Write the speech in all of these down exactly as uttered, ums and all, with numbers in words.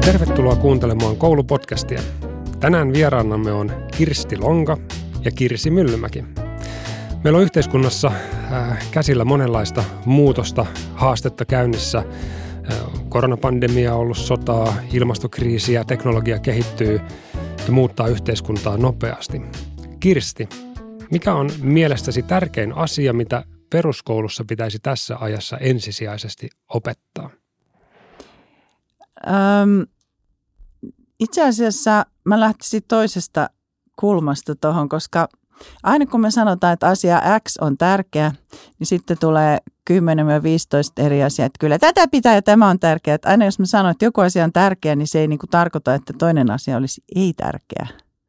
Tervetuloa kuuntelemaan koulupodcastia. Tänään vieraanamme on Kirsti Lonka ja Kirsi Myllymäki. Meillä on yhteiskunnassa äh, käsillä monenlaista muutosta, haastetta käynnissä. Äh, koronapandemia on ollut sotaa, ilmastokriisiä, teknologia kehittyy ja muuttaa yhteiskuntaa nopeasti. Kirsti, mikä on mielestäsi tärkein asia, mitä peruskoulussa pitäisi tässä ajassa ensisijaisesti opettaa? Öm, itse asiassa mä lähtisin toisesta kulmasta tuohon, koska aina kun me sanotaan, että asia X on tärkeä, niin sitten tulee kymmenen viisitoista eri asiaa, että kyllä tätä pitää ja tämä on tärkeää. Että aina jos mä sanon, että joku asia on tärkeä, niin se ei niin kuin tarkoita, että toinen asia olisi ei-tärkeä.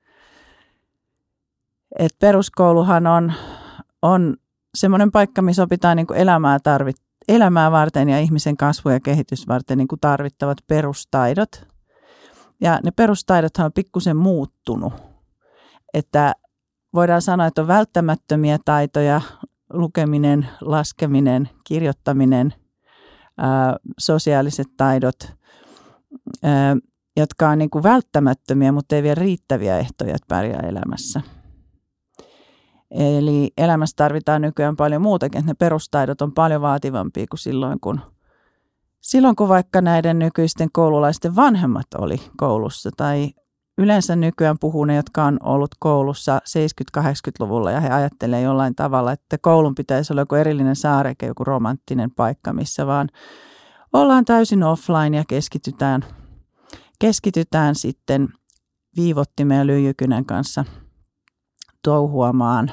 Et peruskouluhan on, on semmoinen paikka, missä opitaan niin kuin elämää, tarvit, elämää varten ja ihmisen kasvu- ja kehitys varten niin kuin tarvittavat perustaidot. Ja ne perustaidothan on pikkusen muuttunut. Että voidaan sanoa, että on välttämättömiä taitoja, lukeminen, laskeminen, kirjoittaminen, ää, sosiaaliset taidot, ää, jotka on niin kuin välttämättömiä, mutta ei vielä riittäviä ehtoja, että pärjää elämässä. Eli elämässä tarvitaan nykyään paljon muutakin, että ne perustaidot on paljon vaativampia kuin silloin, kun, silloin, kun vaikka näiden nykyisten koululaisten vanhemmat oli koulussa. Tai yleensä nykyään puhuu ne, jotka on ollut koulussa seitsemänkymmentä-kahdeksankymmentäluvulla ja he ajattelee jollain tavalla, että koulun pitäisi olla joku erillinen saareke, joku romanttinen paikka, missä vaan ollaan täysin offline ja keskitytään, keskitytään sitten viivottimen ja lyijykynän kanssa touhuamaan.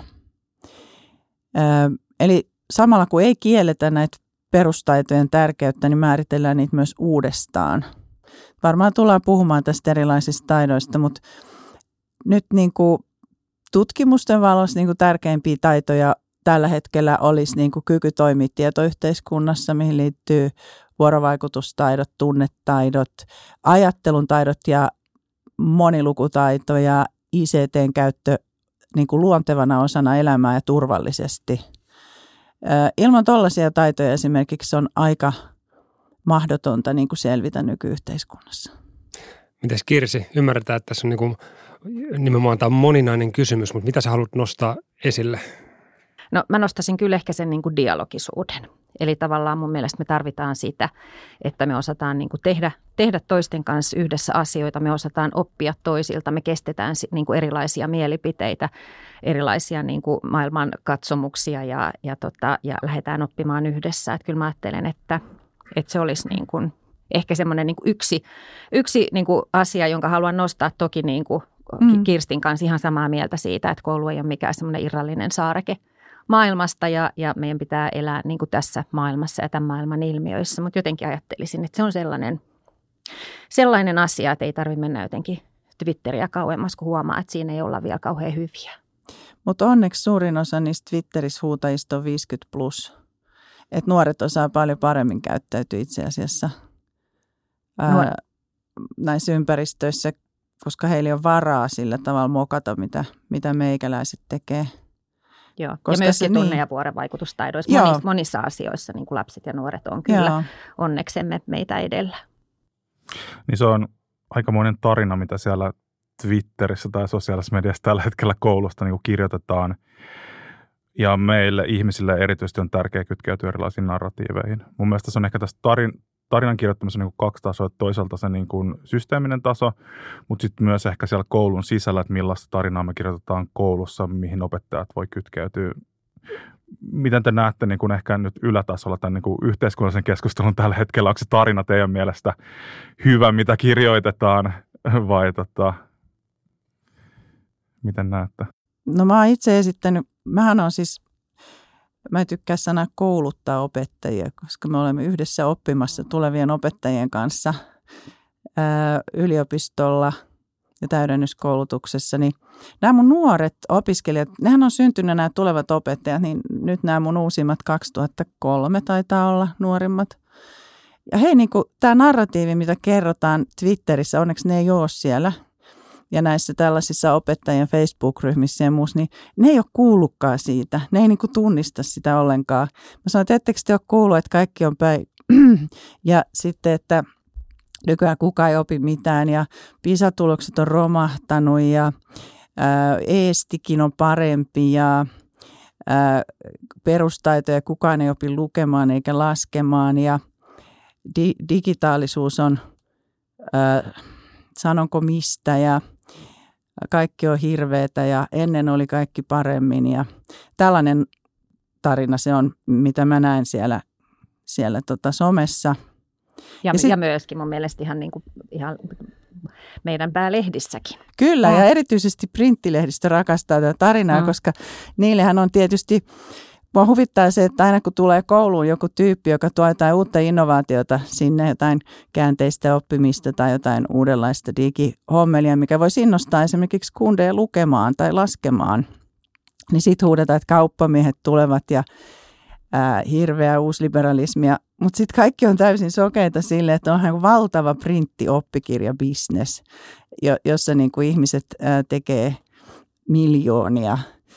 Ö, eli samalla kun ei kielletä näitä perustaitojen tärkeyttä, niin määritellään niitä myös uudestaan. Varmaan tullaan puhumaan tästä erilaisista taidoista, mutta nyt niin kuin tutkimusten valossa niin kuin tärkeimpiä taitoja tällä hetkellä olisi niin kuin kyky toimia tietoyhteiskunnassa, mihin liittyy vuorovaikutustaidot, tunnetaidot, ajattelun taidot ja monilukutaito ja I C T:n käyttö niin kuin luontevana osana elämää ja turvallisesti. Ilman tollaisia taitoja esimerkiksi on aika mahdotonta niin kuin selvitä nykyyhteiskunnassa. Mites Kirsi, ymmärretään, että tässä on niin kuin, nimenomaan tämä moninainen kysymys, mutta mitä sä haluat nostaa esille? No mä nostaisin kyllä ehkä sen niin kuin dialogisuuden. Eli tavallaan mun mielestä me tarvitaan sitä, että me osataan niin kuin tehdä, tehdä toisten kanssa yhdessä asioita, me osataan oppia toisilta, me kestetään niin kuin erilaisia mielipiteitä, erilaisia niin kuin maailmankatsomuksia ja, ja, tota, ja lähdetään oppimaan yhdessä. Että kyllä mä ajattelen, että, että se olisi niin kuin ehkä semmoinen niin kuin yksi, yksi niin kuin asia, jonka haluan nostaa toki niin kuin mm. Kirstin kanssa ihan samaa mieltä siitä, että koulu ei ole mikään semmoinen irrallinen saareke maailmasta ja, ja meidän pitää elää niin kuin tässä maailmassa ja tämän maailman ilmiöissä, mutta jotenkin ajattelisin, että se on sellainen, sellainen asia, että ei tarvitse mennä jotenkin Twitteriä kauemmas, kun huomaa, että siinä ei olla vielä kauhean hyviä. Mutta onneksi suurin osa niistä Twitterissä huutajista on viisikymmentä plus, että nuoret osaa paljon paremmin käyttäytyä itse asiassa ää, näissä ympäristöissä, koska heillä on varaa sillä tavalla mokata, mitä, mitä meikäläiset tekee. Joo, koska ja myöskin tunne- ja vuorovaikutustaidoissa monissa, monissa asioissa niin kuin lapset ja nuoret on kyllä Joo. onneksemme meitä edellä. Niin se on aikamoinen tarina, mitä siellä Twitterissä tai sosiaalisessa mediassa tällä hetkellä koulusta niin kuin kirjoitetaan. Ja meille ihmisille erityisesti on tärkeää kytkeytyä erilaisiin narratiiveihin. Mun mielestä se on ehkä tässä tarin, tarinan kirjoittamisessa niin kuin kaksi tasoa. Toisaalta se niin kuin systeeminen taso, mutta sitten myös ehkä siellä koulun sisällä, että millaista tarinaa me kirjoitetaan koulussa, mihin opettajat voi kytkeytyä. Miten te näette niin kuin ehkä nyt ylätasolla tämän niin kuin yhteiskunnallisen keskustelun tällä hetkellä? Onko se tarina teidän mielestä hyvä, mitä kirjoitetaan vai tota, miten näette? No mä oon itse esittänyt, mähän on siis, mä en tykkää sanaa kouluttaa opettajia, koska me olemme yhdessä oppimassa tulevien opettajien kanssa ää, yliopistolla ja täydennyskoulutuksessa. Niin nämä mun nuoret opiskelijat, nehän on syntynyt nämä tulevat opettajat, niin nyt nämä mun uusimmat kaksituhattakolme taitaa olla nuorimmat. Ja hei, niin kuin tämä narratiivi, mitä kerrotaan Twitterissä, onneksi ne ei ole siellä, ja näissä tällaisissa opettajien Facebook-ryhmissä ja muussa, niin ne ei ole kuullutkaan siitä. Ne ei niin kuin tunnista sitä ollenkaan. Mä sanoin, että ettekö te ole kuullut, että kaikki on päin. Ja sitten, että nykyään kukaan ei opi mitään ja PISA-tulokset on romahtanut ja ää, eestikin on parempi ja ää, perustaitoja kukaan ei opi lukemaan eikä laskemaan ja di- digitaalisuus on, ää, sanonko mistä ja kaikki on hirveetä ja ennen oli kaikki paremmin ja tällainen tarina se on, mitä mä näen siellä, siellä tota somessa. Ja, ja, sit, ja myöskin mun mielestä ihan, niin kuin, ihan meidän päälehdissäkin. Kyllä, mm. ja erityisesti printtilehdistö rakastaa tätä tarinaa, mm. koska niillähän on tietysti, mua huvittaa se, että aina kun tulee kouluun joku tyyppi, joka tuo jotain uutta innovaatiota sinne, jotain käänteistä oppimista tai jotain uudenlaista digihommelia, mikä voisi innostaa esimerkiksi kundeja lukemaan tai laskemaan, niin sitten huudetaan, että kauppamiehet tulevat ja ää, hirveä uusliberalismia. Mutta sitten kaikki on täysin sokeita sille, että onhan valtava printtioppikirjabisnes, jossa niinku ihmiset ää, tekee miljoonia.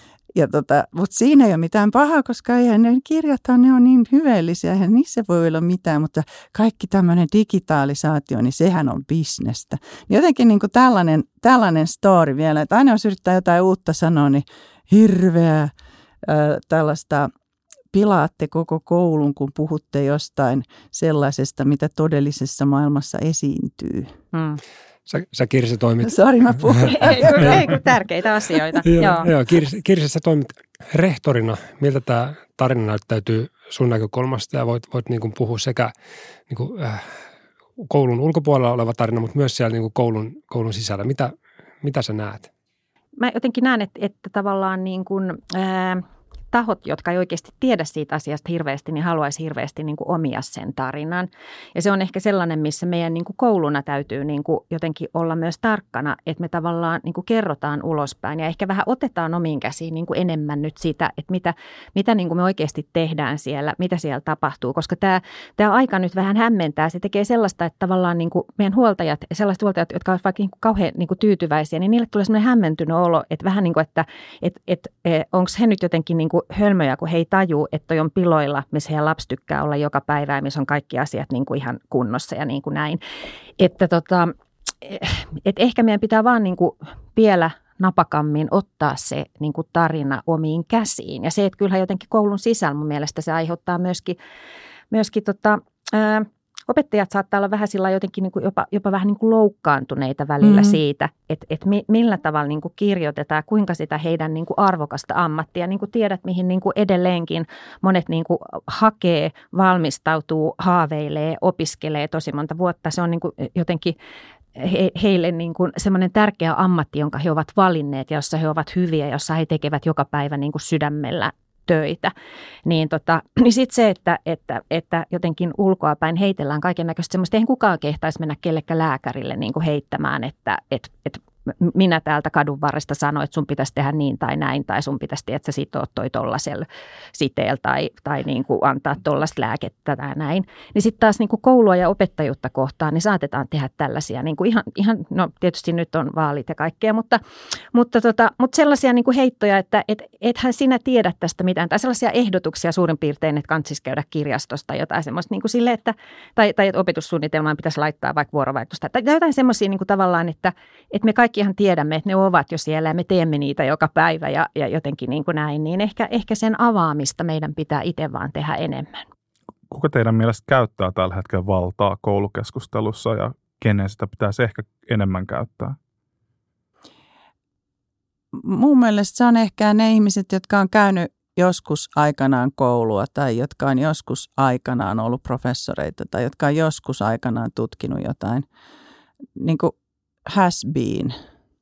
Tota, mutta siinä ei ole mitään pahaa, koska eihän ne kirjathan, ne on niin hyveellisiä, eihän niissä voi olla mitään, mutta kaikki tämmöinen digitalisaatio, niin sehän on bisnestä. Jotenkin niinku tällainen, tällainen story vielä, että aina jos yrittää jotain uutta sanoa, niin hirveä ää, tällaista pilaatte koko koulun, kun puhutte jostain sellaisesta, mitä todellisessa maailmassa esiintyy. Hmm. Sä, sä Kirsi toimit... Sori, mä puhun. ei, kun, ei kun tärkeitä asioita. joo, joo. joo Kirsi, Kirsi, sä toimit rehtorina. Miltä tämä tarina näyttäytyy sun näkökulmasta? Ja voit, voit niin kuin puhua sekä niin kuin, äh, koulun ulkopuolella oleva tarina, mutta myös siellä niin kuin koulun, koulun sisällä. Mitä, mitä sä näet? Mä jotenkin näen, että, että tavallaan niin kuin, ää, tahot, jotka ei oikeasti tiedä siitä asiasta hirveästi, niin haluaisi hirveästi niin kuin omia sen tarinan. Ja se on ehkä sellainen, missä meidän niin kuin kouluna täytyy niin kuin jotenkin olla myös tarkkana, että me tavallaan niin kuin kerrotaan ulospäin ja ehkä vähän otetaan omiin käsiin niin kuin enemmän nyt sitä, että mitä, mitä niin kuin me oikeasti tehdään siellä, mitä siellä tapahtuu. Koska tämä, tämä aika nyt vähän hämmentää. Se tekee sellaista, että tavallaan niin kuin meidän huoltajat, sellaiset huoltajat, jotka ovat vaikka niin kuin kauhean niin kuin tyytyväisiä, niin niille tulee sellainen hämmentynyt olo, että vähän niin kuin, että et, et, et, onko he nyt jotenkin niin kuin hölmöjä, kun he ei taju, että toi on piloilla, missä heidän lapsi tykkää olla joka päivä ja missä on kaikki asiat niin kuin ihan kunnossa ja niin kuin näin. Että tota, et ehkä meidän pitää vaan niin kuin vielä napakammin ottaa se niin kuin tarina omiin käsiin. Ja se, että kyllähän jotenkin koulun sisällä mun mielestä se aiheuttaa myöskin, myöskin tota, ää, opettajat saattaa olla vähän sillä jotenkin niin kuin jopa, jopa vähän niin kuin loukkaantuneita välillä mm-hmm. siitä, että, että mi, millä tavalla niin kuin kirjoitetaan, kuinka sitä heidän niin kuin arvokasta ammattia. Niin kuin tiedät, mihin niin kuin edelleenkin monet niin kuin hakee, valmistautuu, haaveilee, opiskelee tosi monta vuotta. Se on niin kuin jotenkin he, heille niin kuin semmoinen tärkeä ammatti, jonka he ovat valinneet ja jossa he ovat hyviä, jossa he tekevät joka päivä niin kuin sydämellä töitä, niin, tota, niin sitten se, että, että, että jotenkin ulkoapäin heitellään kaiken näköistä semmoista, eihän kukaan kehtaisi mennä kellekään lääkärille niin kuin heittämään, että et, et minä täältä kadun varresta sanoin, että sun pitäisi tehdä niin tai näin, tai sun pitäisi tehdä, että sä sitoot toi tollasella siteellä tai, tai niin kuin antaa tollasta lääkettä tai näin. Niin sitten taas niin kuin koulua ja opettajuutta kohtaan, niin saatetaan tehdä tällaisia, niin kuin ihan, ihan, no tietysti nyt on vaalit ja kaikkea, mutta, mutta, tota, mutta sellaisia niin kuin heittoja, että et, ethän sinä tiedä tästä mitään, tai sellaisia ehdotuksia suurin piirtein, että kantsisi käydä kirjastosta jotain semmoista niin kuin sille, että, tai, tai että opetussuunnitelmaan pitäisi laittaa vaikka vuorovaikutusta, tai jotain semmoisia niin kuin tavallaan, että, että me kaikki ihan tiedämme, että ne ovat jo siellä ja me teemme niitä joka päivä ja, ja jotenkin niin kuin näin, niin ehkä, ehkä sen avaamista meidän pitää itse vaan tehdä enemmän. Kuka teidän mielestä käyttää tällä hetkellä valtaa koulukeskustelussa ja kenen sitä pitäisi ehkä enemmän käyttää? Mun mielestä se on ehkä ne ihmiset, jotka on käynyt joskus aikanaan koulua tai jotka on joskus aikanaan ollut professoreita tai jotka on joskus aikanaan tutkinut jotain niin kuin has been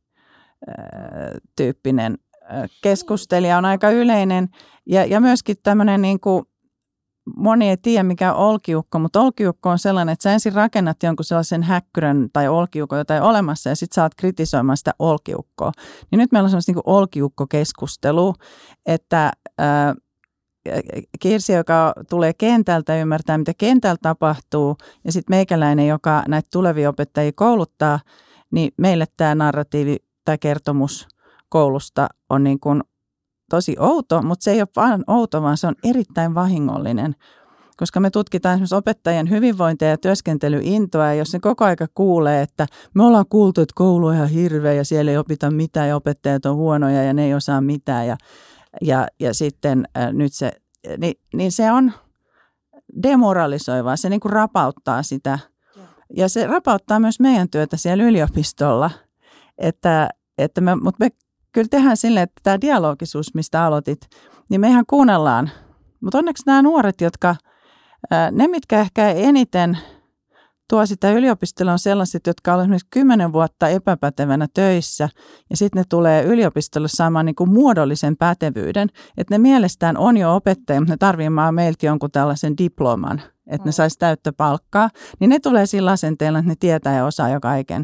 tyyppinen keskustelija on aika yleinen ja, ja myöskin tämmöinen niin kuin moni ei tiedä mikä on olkiukko, mutta olkiukko on sellainen, että sä ensin rakennat jonkun sellaisen häkkyrän tai olkiukko, jota ei olemassa ja sit sä oot kritisoimaan sitä olkiukkoa. Niin nyt meillä on sellaista niin kuin olkiukko-keskustelua, että ää, Kirsi, joka tulee kentältä, ymmärtää mitä kentällä tapahtuu ja sitten meikäläinen, joka näitä tulevia opettajia kouluttaa, niin meille tämä narratiivi tai kertomus koulusta on niin kuin tosi outo, mutta se ei ole vain outo, vaan se on erittäin vahingollinen, Koska me tutkitaan esimerkiksi opettajien hyvinvointia ja työskentelyintoa, ja jos se koko aika kuulee, että me ollaan kuultu, että koulu on ihan hirveä ja siellä ei opita mitään ja opettajat on huonoja ja ne ei osaa mitään ja, ja, ja sitten äh, nyt se, niin, niin se on demoralisoivaa, se niin kuin rapauttaa sitä ja se rapauttaa myös meidän työtä siellä yliopistolla, että, että me, mutta me kyllä tehdään silleen, että tämä dialogisuus, mistä aloitit, niin me ihan kuunnellaan, mutta onneksi nämä nuoret, jotka ne, mitkä ehkä eniten tuo sitä yliopistolle on sellaiset, jotka ovat esimerkiksi kymmenen vuotta epäpätevänä töissä ja sitten ne tulee yliopistolle saamaan niin kuin muodollisen pätevyyden, että ne mielestään on jo opettajia, mutta ne tarvitsemaan meiltä jonkun tällaisen diploman, että ne saisi täyttä palkkaa, niin ne tulee sillä asenteella, että ne tietää ja osaa jo kaiken.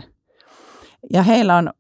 Ja heillä on,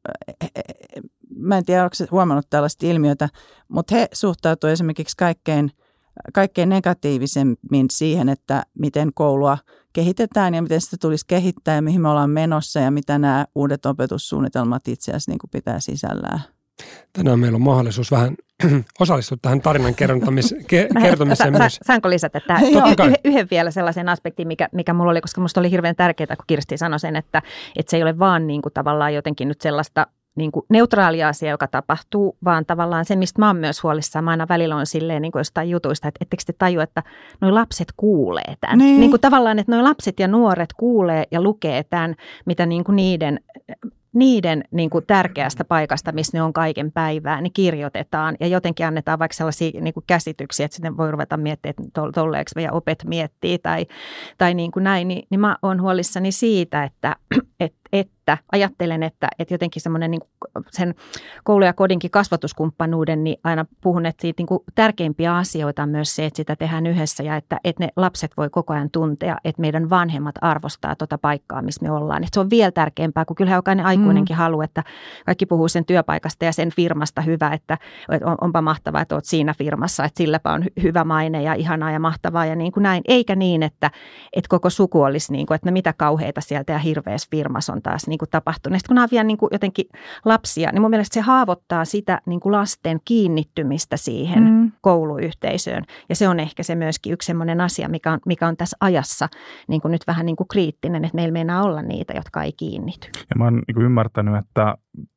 mä en tiedä, onko se huomannut tällaista ilmiötä, mutta he suhtautuvat esimerkiksi kaikkein kaikkein negatiivisemmin siihen, että miten koulua kehitetään ja miten sitä tulisi kehittää ja mihin me ollaan menossa ja mitä nämä uudet opetussuunnitelmat itse asiassa niin kuin pitää sisällään. Tänään meillä on mahdollisuus vähän osallistua tähän tarinan kertomiseen myös. Saanko lisätä tähän yhden, yhden vielä sellaisen aspektin, mikä, mikä mulla oli, koska musta oli hirveän tärkeää, kun Kirsti sanoi sen, että, että se ei ole vaan niin kuin tavallaan jotenkin nyt sellaista niin kuin neutraalia asia, joka tapahtuu, vaan tavallaan se, mistä mä oon myös huolissaan, mä aina välillä on silleen niin kuin jostain jutuista, että ettekö te tajua, että noi lapset kuulee tämän. Niin. Niin kuin tavallaan, että noi lapset ja nuoret kuulee ja lukee tämän, mitä niin kuin niiden, niiden niin kuin tärkeästä paikasta, missä ne on kaiken päivää, niin kirjoitetaan ja jotenkin annetaan vaikka sellaisia niin kuin käsityksiä, että sitten voi ruveta miettimään, että tolleeksi meidän opet miettii tai, tai niin kuin näin, niin, niin mä oon huolissani siitä, että, että että ajattelen, että, että jotenkin semmoinen niin sen koulu- ja kodinkin kasvatuskumppanuuden, niin aina puhun, että siitä niin kuin tärkeimpiä asioita on myös se, että sitä tehdään yhdessä ja että, että ne lapset voi koko ajan tuntea, että meidän vanhemmat arvostaa tuota paikkaa, missä me ollaan. Että se on vielä tärkeämpää, kun kyllähän jokainen aikuinenkin mm. haluaa, että kaikki puhuu sen työpaikasta ja sen firmasta hyvä, että onpa mahtavaa, että olet siinä firmassa, että silläpä on hyvä maine ja ihanaa ja mahtavaa ja niin kuin näin. Eikä niin, että, että koko suku olisi niin kuin, että no mitä kauheita sieltä ja hirveässä firmassa on taas niin kuin tapahtunut. Sitten kun nämä on vielä niin kuin jotenkin lapsia, niin mun mielestä se haavoittaa sitä niin kuin lasten kiinnittymistä siihen mm. kouluyhteisöön. Ja se on ehkä se myöskin yksi sellainen asia, mikä on, mikä on tässä ajassa niin kuin nyt vähän niin kuin kriittinen, että meillä meinaa olla niitä, jotka ei kiinnity. Ja mä oon niin kuin ymmärtänyt, että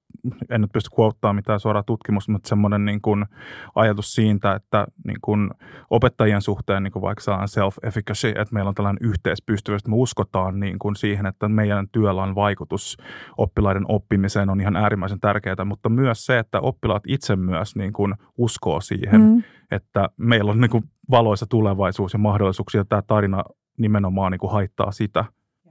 en nyt pysty quoteamaan mitään suoraa tutkimusta, mutta semmoinen niin kuin ajatus siitä, että niin kuin opettajien suhteen niin kuin vaikka saadaan self-efficacy, että meillä on tällainen yhteispystyvyys, että me uskotaan niin kuin siihen, että meidän työllä on vaikutus oppilaiden oppimiseen on ihan äärimmäisen tärkeää, mutta myös se, että oppilaat itse myös niin kuin uskoo siihen, mm. että meillä on niin kuin valoisa tulevaisuus ja mahdollisuuksia, tämä tarina nimenomaan niin kuin haittaa sitä.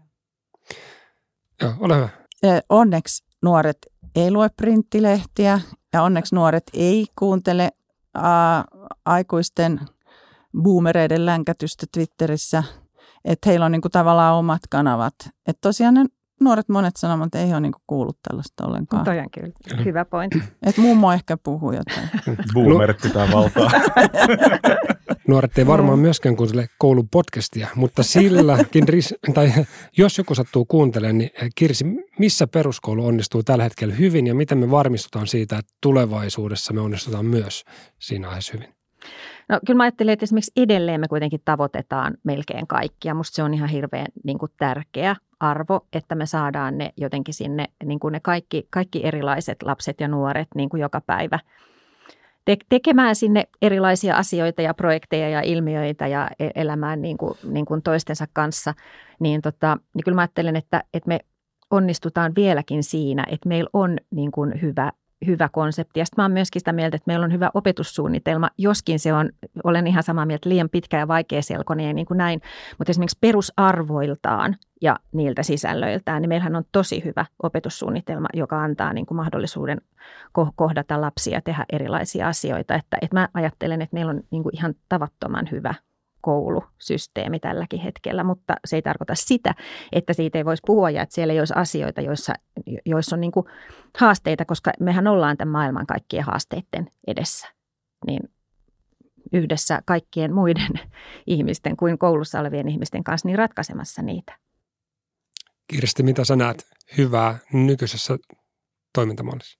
Joo, ole hyvä. Onneksi nuoret ei lue printtilehtiä ja onneksi nuoret ei kuuntele ää, aikuisten boomereiden länkätystä Twitterissä, että heillä on niinku tavallaan omat kanavat. Että tosiaan ne nuoret monet sanomat, että ei ole niinku kuullut tällaista ollenkaan. Toi on kyllä hyvä pointti. Että mummo ehkä puhuu jotain. Boomerit pitää valtaa. Nuoret ei varmaan myöskään kuuntele koulupodcastia, mutta silläkin, tai jos joku sattuu kuuntelemaan, niin Kirsi, missä peruskoulu onnistuu tällä hetkellä hyvin ja miten me varmistutaan siitä, että tulevaisuudessa me onnistutaan myös siinä aiheessa hyvin? No kyllä mä ajattelen, että esimerkiksi edelleen me kuitenkin tavoitetaan melkein kaikkia. Musta se on ihan hirveän niin kuin tärkeä arvo, että me saadaan ne jotenkin sinne, niin kuin ne kaikki, kaikki erilaiset lapset ja nuoret niin kuin joka päivä tekemään sinne erilaisia asioita ja projekteja ja ilmiöitä ja elämään niin kuin, niin kuin toistensa kanssa, niin, tota, niin kyllä mä ajattelen, että, että me onnistutaan vieläkin siinä, että meillä on niin kuin hyvä, hyvä konsepti. Ja sitten mä oon myöskin sitä mieltä, että meillä on hyvä opetussuunnitelma, joskin se on, olen ihan samaa mieltä, liian pitkä ja vaikeaselkoinen ja niin kuin näin, mutta esimerkiksi perusarvoiltaan ja niiltä sisällöiltään, niin meillähän on tosi hyvä opetussuunnitelma, joka antaa niin kuin mahdollisuuden kohdata lapsia ja tehdä erilaisia asioita. Että, että mä ajattelen, että meillä on niin kuin ihan tavattoman hyvä koulusysteemi tälläkin hetkellä, mutta se ei tarkoita sitä, että siitä ei voisi puhua ja että siellä ei olisi asioita, joissa, joissa on niin kuin haasteita, koska mehän ollaan tämän maailman kaikkien haasteiden edessä. Niin yhdessä kaikkien muiden ihmisten kuin koulussa olevien ihmisten kanssa niin ratkaisemassa niitä. Kirsti, mitä sä näet hyvää nykyisessä toimintamallissa?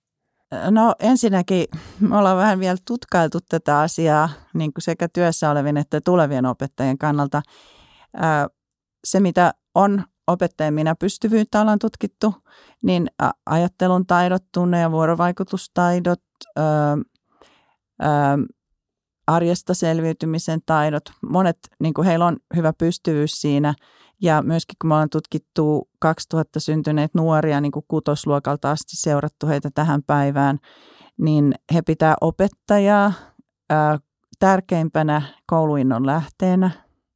No ensinnäkin me ollaan vähän vielä tutkailtu tätä asiaa niin kuin sekä työssä olevien että tulevien opettajien kannalta. Se, mitä on opettajien minäpystyvyyttä ollaan tutkittu, niin ajattelun taidot, tunne- ja vuorovaikutustaidot, arjesta selviytymisen taidot, monet, niin kuin heillä on hyvä pystyvyys siinä. Ja myöskin kun me ollaan tutkittu kaksituhatta syntyneet nuoria niin kuin kutosluokalta asti seurattu heitä tähän päivään, niin he pitää opettajaa ää, tärkeimpänä kouluinnon lähteenä.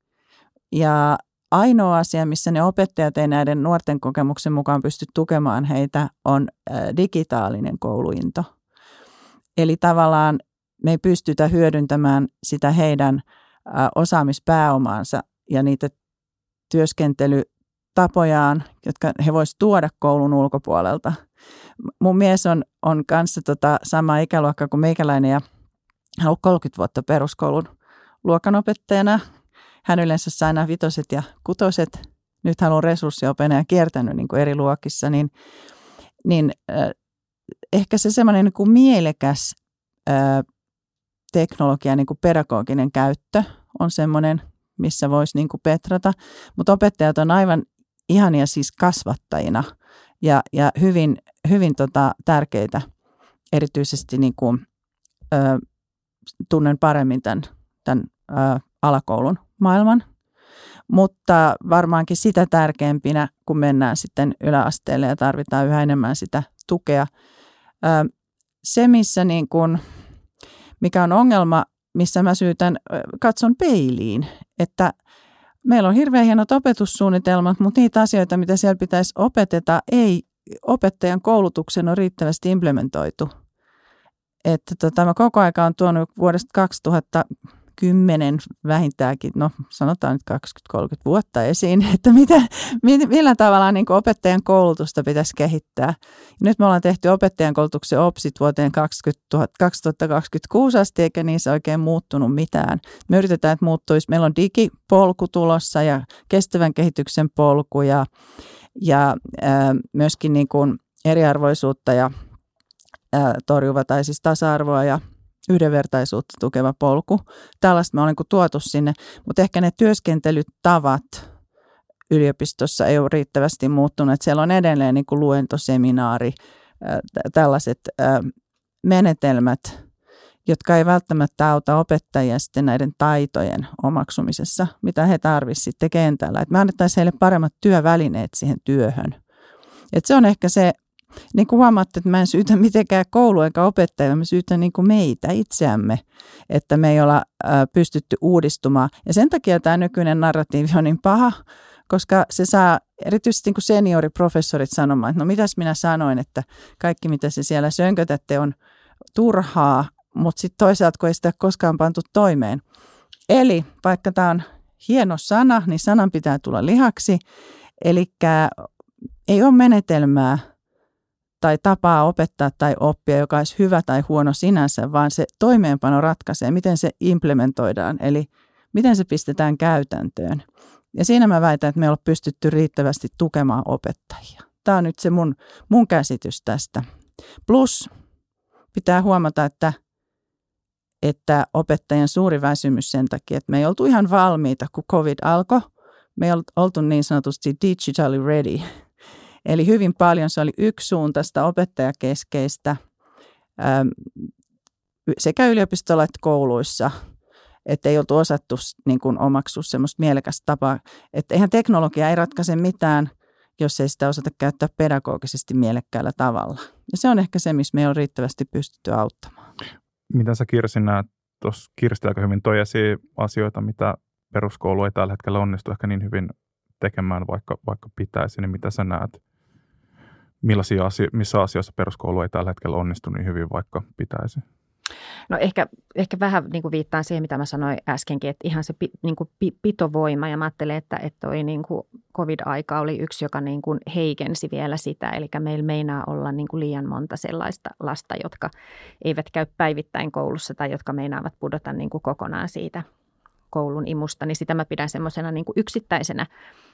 Ja ainoa asia, missä ne opettajat ei näiden nuorten kokemuksen mukaan pysty tukemaan heitä, on ää, digitaalinen kouluinto. Eli tavallaan me ei pystytä hyödyntämään sitä heidän ää, osaamispääomaansa ja niitä työskentelytapojaan, jotka he voisivat tuoda koulun ulkopuolelta. Mun mies on, on kanssa tota sama ikäluokka kuin meikäläinen ja hän on ollut kolmekymmentä vuotta peruskoulun luokanopettajana. Hän yleensä sai nämä vitoset ja kutoset. Nyt hän on resurssiopena ja kiertänyt niin kuin eri luokissa. Niin, niin äh, ehkä se semmoinen niin kuin mielekäs äh, teknologia, niin kuin pedagoginen käyttö on semmoinen, missä voisi niin kuin petrata. Mutta opettajat on aivan ihania siis kasvattajina ja, ja hyvin, hyvin tota, tärkeitä. Erityisesti niin kuin, ö, tunnen paremmin tämän, tämän ö, alakoulun maailman. Mutta varmaankin sitä tärkeämpinä, kun mennään sitten yläasteelle ja tarvitaan yhä enemmän sitä tukea. Ö, se, missä niin kuin, mikä on ongelma, missä mä syytän, katson peiliin, että meillä on hirveän hienot opetussuunnitelmat, mutta niitä asioita, mitä siellä pitäisi opeteta, ei opettajan koulutuksen ole riittävästi implementoitu. Että tota, mä koko ajan olen tuonut vuodesta kaksituhattakymmenen vähintäänkin, no sanotaan nyt kaksikymmentä kolmekymmentä vuotta esiin, että mitä, millä tavalla niin kuin opettajan koulutusta pitäisi kehittää. Ja nyt me ollaan tehty opettajan koulutuksen opsit vuoteen kaksituhattakaksikymmentäkuusi asti, eikä niissä oikein muuttunut mitään. Me yritetään, että muuttuisi. Meillä on digipolku tulossa ja kestävän kehityksen polku ja, ja ää, myöskin niin kuin eriarvoisuutta ja ää, torjuva tai siis tasa-arvoa ja yhdenvertaisuutta tukeva polku. Tällaista me on niin kuin tuotu sinne, mutta ehkä ne työskentelytavat yliopistossa ei ole riittävästi muuttunut. Siellä on edelleen niin kuin luentoseminaari, tällaiset menetelmät, jotka ei välttämättä auta opettajia sitten näiden taitojen omaksumisessa, mitä he tarvitsisivat sitten kentällä. Että me annettaisiin heille paremmat työvälineet siihen työhön. Et se on ehkä se, niin kuin huomaatte, että mä en syytä mitenkään koulua eikä opettajia, mä syytän niin kuin meitä itseämme, että me ei olla pystytty uudistumaan. Ja sen takia tämä nykyinen narratiivi on niin paha, koska se saa erityisesti niin kuin senioriprofessorit sanomaan, että no mitäs minä sanoin, että kaikki mitä se siellä sönkötätte on turhaa, mutta sitten toisaalta kun ei sitä koskaan pantu toimeen. Eli vaikka tämä on hieno sana, niin sanan pitää tulla lihaksi, eli ei ole menetelmää tai tapaa opettaa tai oppia, joka olisi hyvä tai huono sinänsä, vaan se toimeenpano ratkaisee, miten se implementoidaan, eli miten se pistetään käytäntöön. Ja siinä mä väitän, että me ei ole pystytty riittävästi tukemaan opettajia. Tämä on nyt se mun, mun käsitys tästä. Plus pitää huomata, että, että opettajien suuri väsymys sen takia, että me ei oltu ihan valmiita, kun COVID alkoi. Me ei oltu niin sanotusti digitally ready. Eli hyvin paljon se oli yksisuuntaista opettajakeskeistä sekä yliopistolla että kouluissa, että ei oltu osattu niin kuin omaksua semmoista mielekästä tapaa. Että eihän teknologia ei ratkaise mitään, jos ei sitä osata käyttää pedagogisesti mielekkäällä tavalla. Ja se on ehkä se, missä me ei ole riittävästi pystytty auttamaan. Mitä sä Kirsi näet? Tuossa Kirsti aika hyvin toi esiin asioita, mitä peruskoulu ei tällä hetkellä onnistu ehkä niin hyvin tekemään, vaikka, vaikka pitäisi, niin mitä sä näet? Millaisia asio- missä asioissa peruskoulu ei tällä hetkellä onnistu niin hyvin, vaikka pitäisi? No ehkä, ehkä vähän niin kuin viittaan siihen, mitä mä sanoin äskenkin, että ihan se pi, niin kuin pitovoima, ja mä ajattelen, että, että toi niin kuin covid-aika oli yksi, joka niin kuin heikensi vielä sitä, eli meillä meinaa olla niin kuin liian monta sellaista lasta, jotka eivät käy päivittäin koulussa tai jotka meinaavat pudota niin kuin kokonaan siitä koulun imusta, niin sitä mä pidän semmoisena niin kuin yksittäisenä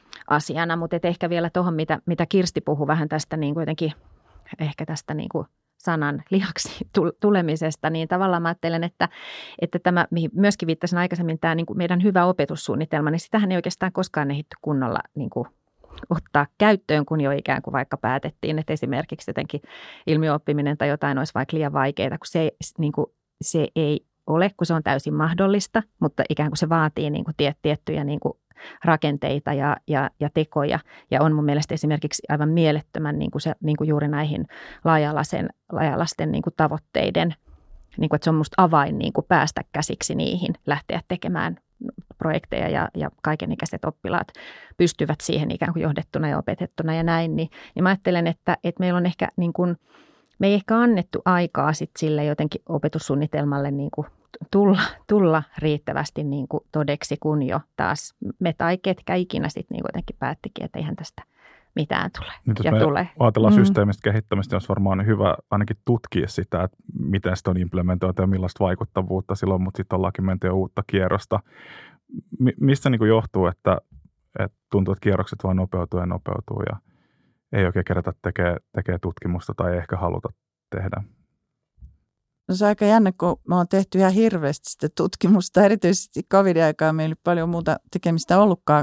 asiana, mutta ehkä vielä tuohon, mitä, mitä Kirsti puhui vähän tästä niin kuin jotenkin, ehkä tästä niin kuin sanan lihaksi tulemisesta, niin tavallaan mä ajattelen, että, että tämä, mihin myöskin viittasin aikaisemmin, tämä niin kuin meidän hyvä opetussuunnitelma, niin sitähän ei oikeastaan koskaan ehditty kunnolla niin kuin ottaa käyttöön, kun jo ikään kuin vaikka päätettiin, että esimerkiksi jotenkin ilmiöoppiminen tai jotain olisi vaikka liian vaikeaa, kun se, niin kuin, se ei ole, kun se on täysin mahdollista, mutta ikään kuin se vaatii niin kuin tiettyjä niin kuin rakenteita ja, ja, ja tekoja. Ja on mun mielestä esimerkiksi aivan mielettömän niin kuin se, niin kuin juuri näihin laaja-alaisen, laaja-alaisten niin kuin tavoitteiden, niin kuin, että se on musta avain niin kuin päästä käsiksi niihin, lähteä tekemään projekteja ja, ja kaikenikäiset oppilaat pystyvät siihen ikään kuin johdettuna ja opetettuna ja näin. Niin, niin mä ajattelen, että, että meillä on ehkä niin kuin, me ei ehkä annettu aikaa sit sille jotenkin opetussuunnitelmalle niin kuin tulla, tulla riittävästi niin kuin todeksi, kun jo taas me tai ketkä ikinä sitten niin jotenkin päättikin, että eihän tästä mitään tule. Nyt jos ja me tulee. ajatellaan mm. systeemistä kehittämistä, olisi varmaan hyvä ainakin tutkia sitä, että miten sitä on implementoitu ja millaista vaikuttavuutta silloin, mutta sitten ollaankin menty jo uutta kierrosta. M- mistä niin kuin johtuu, että, että tuntuu, että kierrokset vaan nopeutuu ja nopeutuu ja ei oikein kerätä tekee, tekee tutkimusta tai ei ehkä haluta tehdä? No se on aika jännä, kun me on tehty ihan hirveästi sitä tutkimusta. Erityisesti covidin-aikaa meillä ei paljon muuta tekemistä ollutkaan.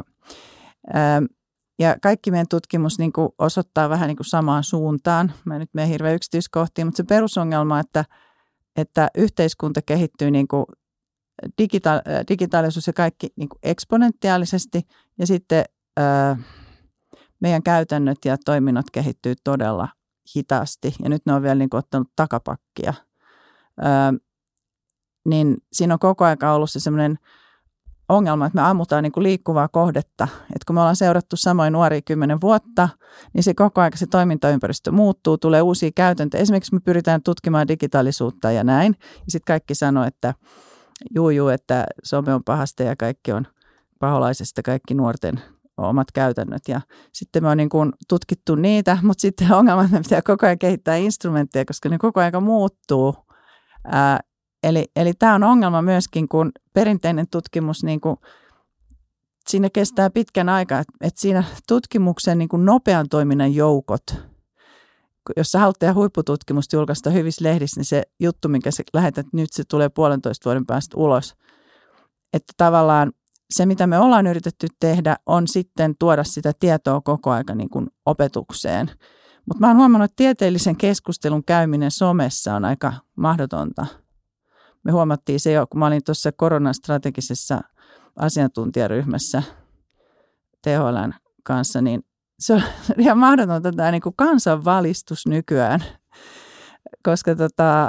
Ja kaikki meidän tutkimus niin kuin osoittaa vähän niin kuin samaan suuntaan. Mä nyt menen hirveän yksityiskohtiin, mutta se perusongelma, että, että yhteiskunta kehittyy niin kuin digita- digitaalisuus ja kaikki niin kuin eksponentiaalisesti ja sitten ää, meidän käytännöt ja toiminnot kehittyy todella hitaasti ja nyt ne on vielä niin kuin ottanut takapakkia. Öö, niin siinä on koko ajan ollut se sellainen ongelma, että me ammutaan niin kuin liikkuvaa kohdetta. Että kun me ollaan seurattu samoin nuoria kymmenen vuotta, niin se koko ajan se toimintaympäristö muuttuu, tulee uusia käytäntöjä. Esimerkiksi me pyritään tutkimaan digitaalisuutta ja näin. Ja sitten kaikki sanoo, että juu, juu, että some on pahasta ja kaikki on paholaisesta, kaikki nuorten omat käytännöt. Ja sitten me on niin kuin tutkittu niitä, mutta sitten ongelma, että me pitää koko ajan kehittää instrumentteja, koska ne koko ajan muuttuu. Ää, eli, eli tämä on ongelma myöskin, kun perinteinen tutkimus, niin kuin, siinä kestää pitkän aikaa, että, että siinä tutkimuksen niin kuin nopean toiminnan joukot, jos sä haluat tehdä huippututkimusta julkaista hyvissä lehdissä, niin se juttu, minkä sä lähetät nyt, se tulee puolentoista vuoden päästä ulos. Että tavallaan se, mitä me ollaan yritetty tehdä, on sitten tuoda sitä tietoa koko ajan niin kuin opetukseen. Mutta mä oon huomannut, että tieteellisen keskustelun käyminen somessa on aika mahdotonta. Me huomattiin se jo, kun mä olin tuossa koronastrategisessa asiantuntijaryhmässä T H L:n kanssa, niin se on ihan mahdotonta tämä niin kuin kansanvalistus nykyään, koska tota,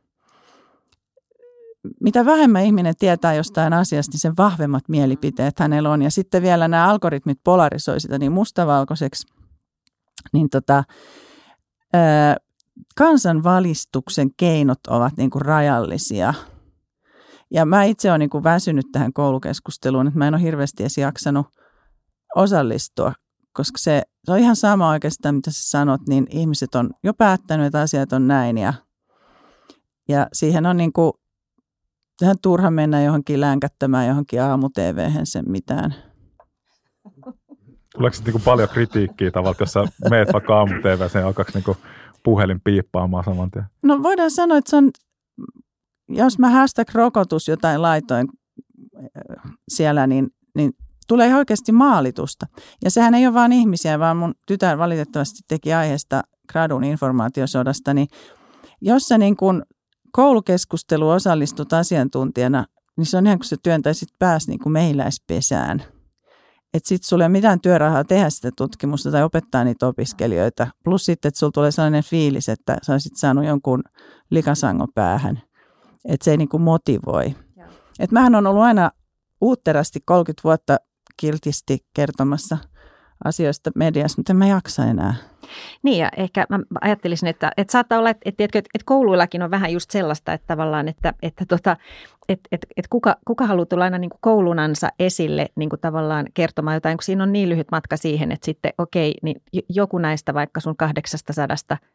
mitä vähemmän ihminen tietää jostain asiasta, niin sen vahvemmat mielipiteet hänellä on. Ja sitten vielä nämä algoritmit polarisoi sitä niin mustavalkoiseksi. Niin tota, ää, kansanvalistuksen keinot ovat niin kuin rajallisia. Ja mä itse olen niin kuin väsynyt tähän koulukeskusteluun, että mä en ole hirveästi edes jaksanut osallistua, koska se, se on ihan sama oikeastaan, mitä sä sanot, niin ihmiset on jo päättänyt, että asiat on näin. Ja, ja siihen on niin kuin tähän turha mennä johonkin länkättämään johonkin aamu-T V:hen sen mitään. Tuleeko sitten niin paljon kritiikkiä tavallaan, jos sä meet vaikka aamu-T V:hen ja alkaako niin puhelin piippaamaan saman tien? No voidaan sanoa, että se on, jos mä hashtag rokotus jotain laitoin siellä, niin, niin tulee ihan oikeasti maalitusta. Ja sehän ei ole vain ihmisiä, vaan mun tytär valitettavasti teki aiheesta gradun informaatiosodasta, niin jos sä niin kuin koulukeskustelu osallistut asiantuntijana, niin se on ihan kuin sä työntäisit pääsi niin kuin mehiläispesään. Että sit sulla ei ole mitään työrahaa tehdä sitä tutkimusta tai opettaa niitä opiskelijoita. Plus sitten, että sulla tulee sellainen fiilis, että sä olisit saanut jonkun likasangon päähän. Että se ei niin kuin motivoi. Että mähän on ollut aina uutterasti kolmekymmentä vuotta kiltisti kertomassa asioista mediassa, mutta en mä jaksa enää. Niin ja ehkä mä ajattelisin, että, että saattaa olla, että, että, että kouluillakin on vähän just sellaista, että tavallaan, että, että, tota, että, että, että kuka, kuka haluaa tulla aina niin kuin koulunansa esille niin kuin tavallaan kertomaan jotain, kun siinä on niin lyhyt matka siihen, että sitten okei, niin joku näistä vaikka sun kahdeksasta sadasta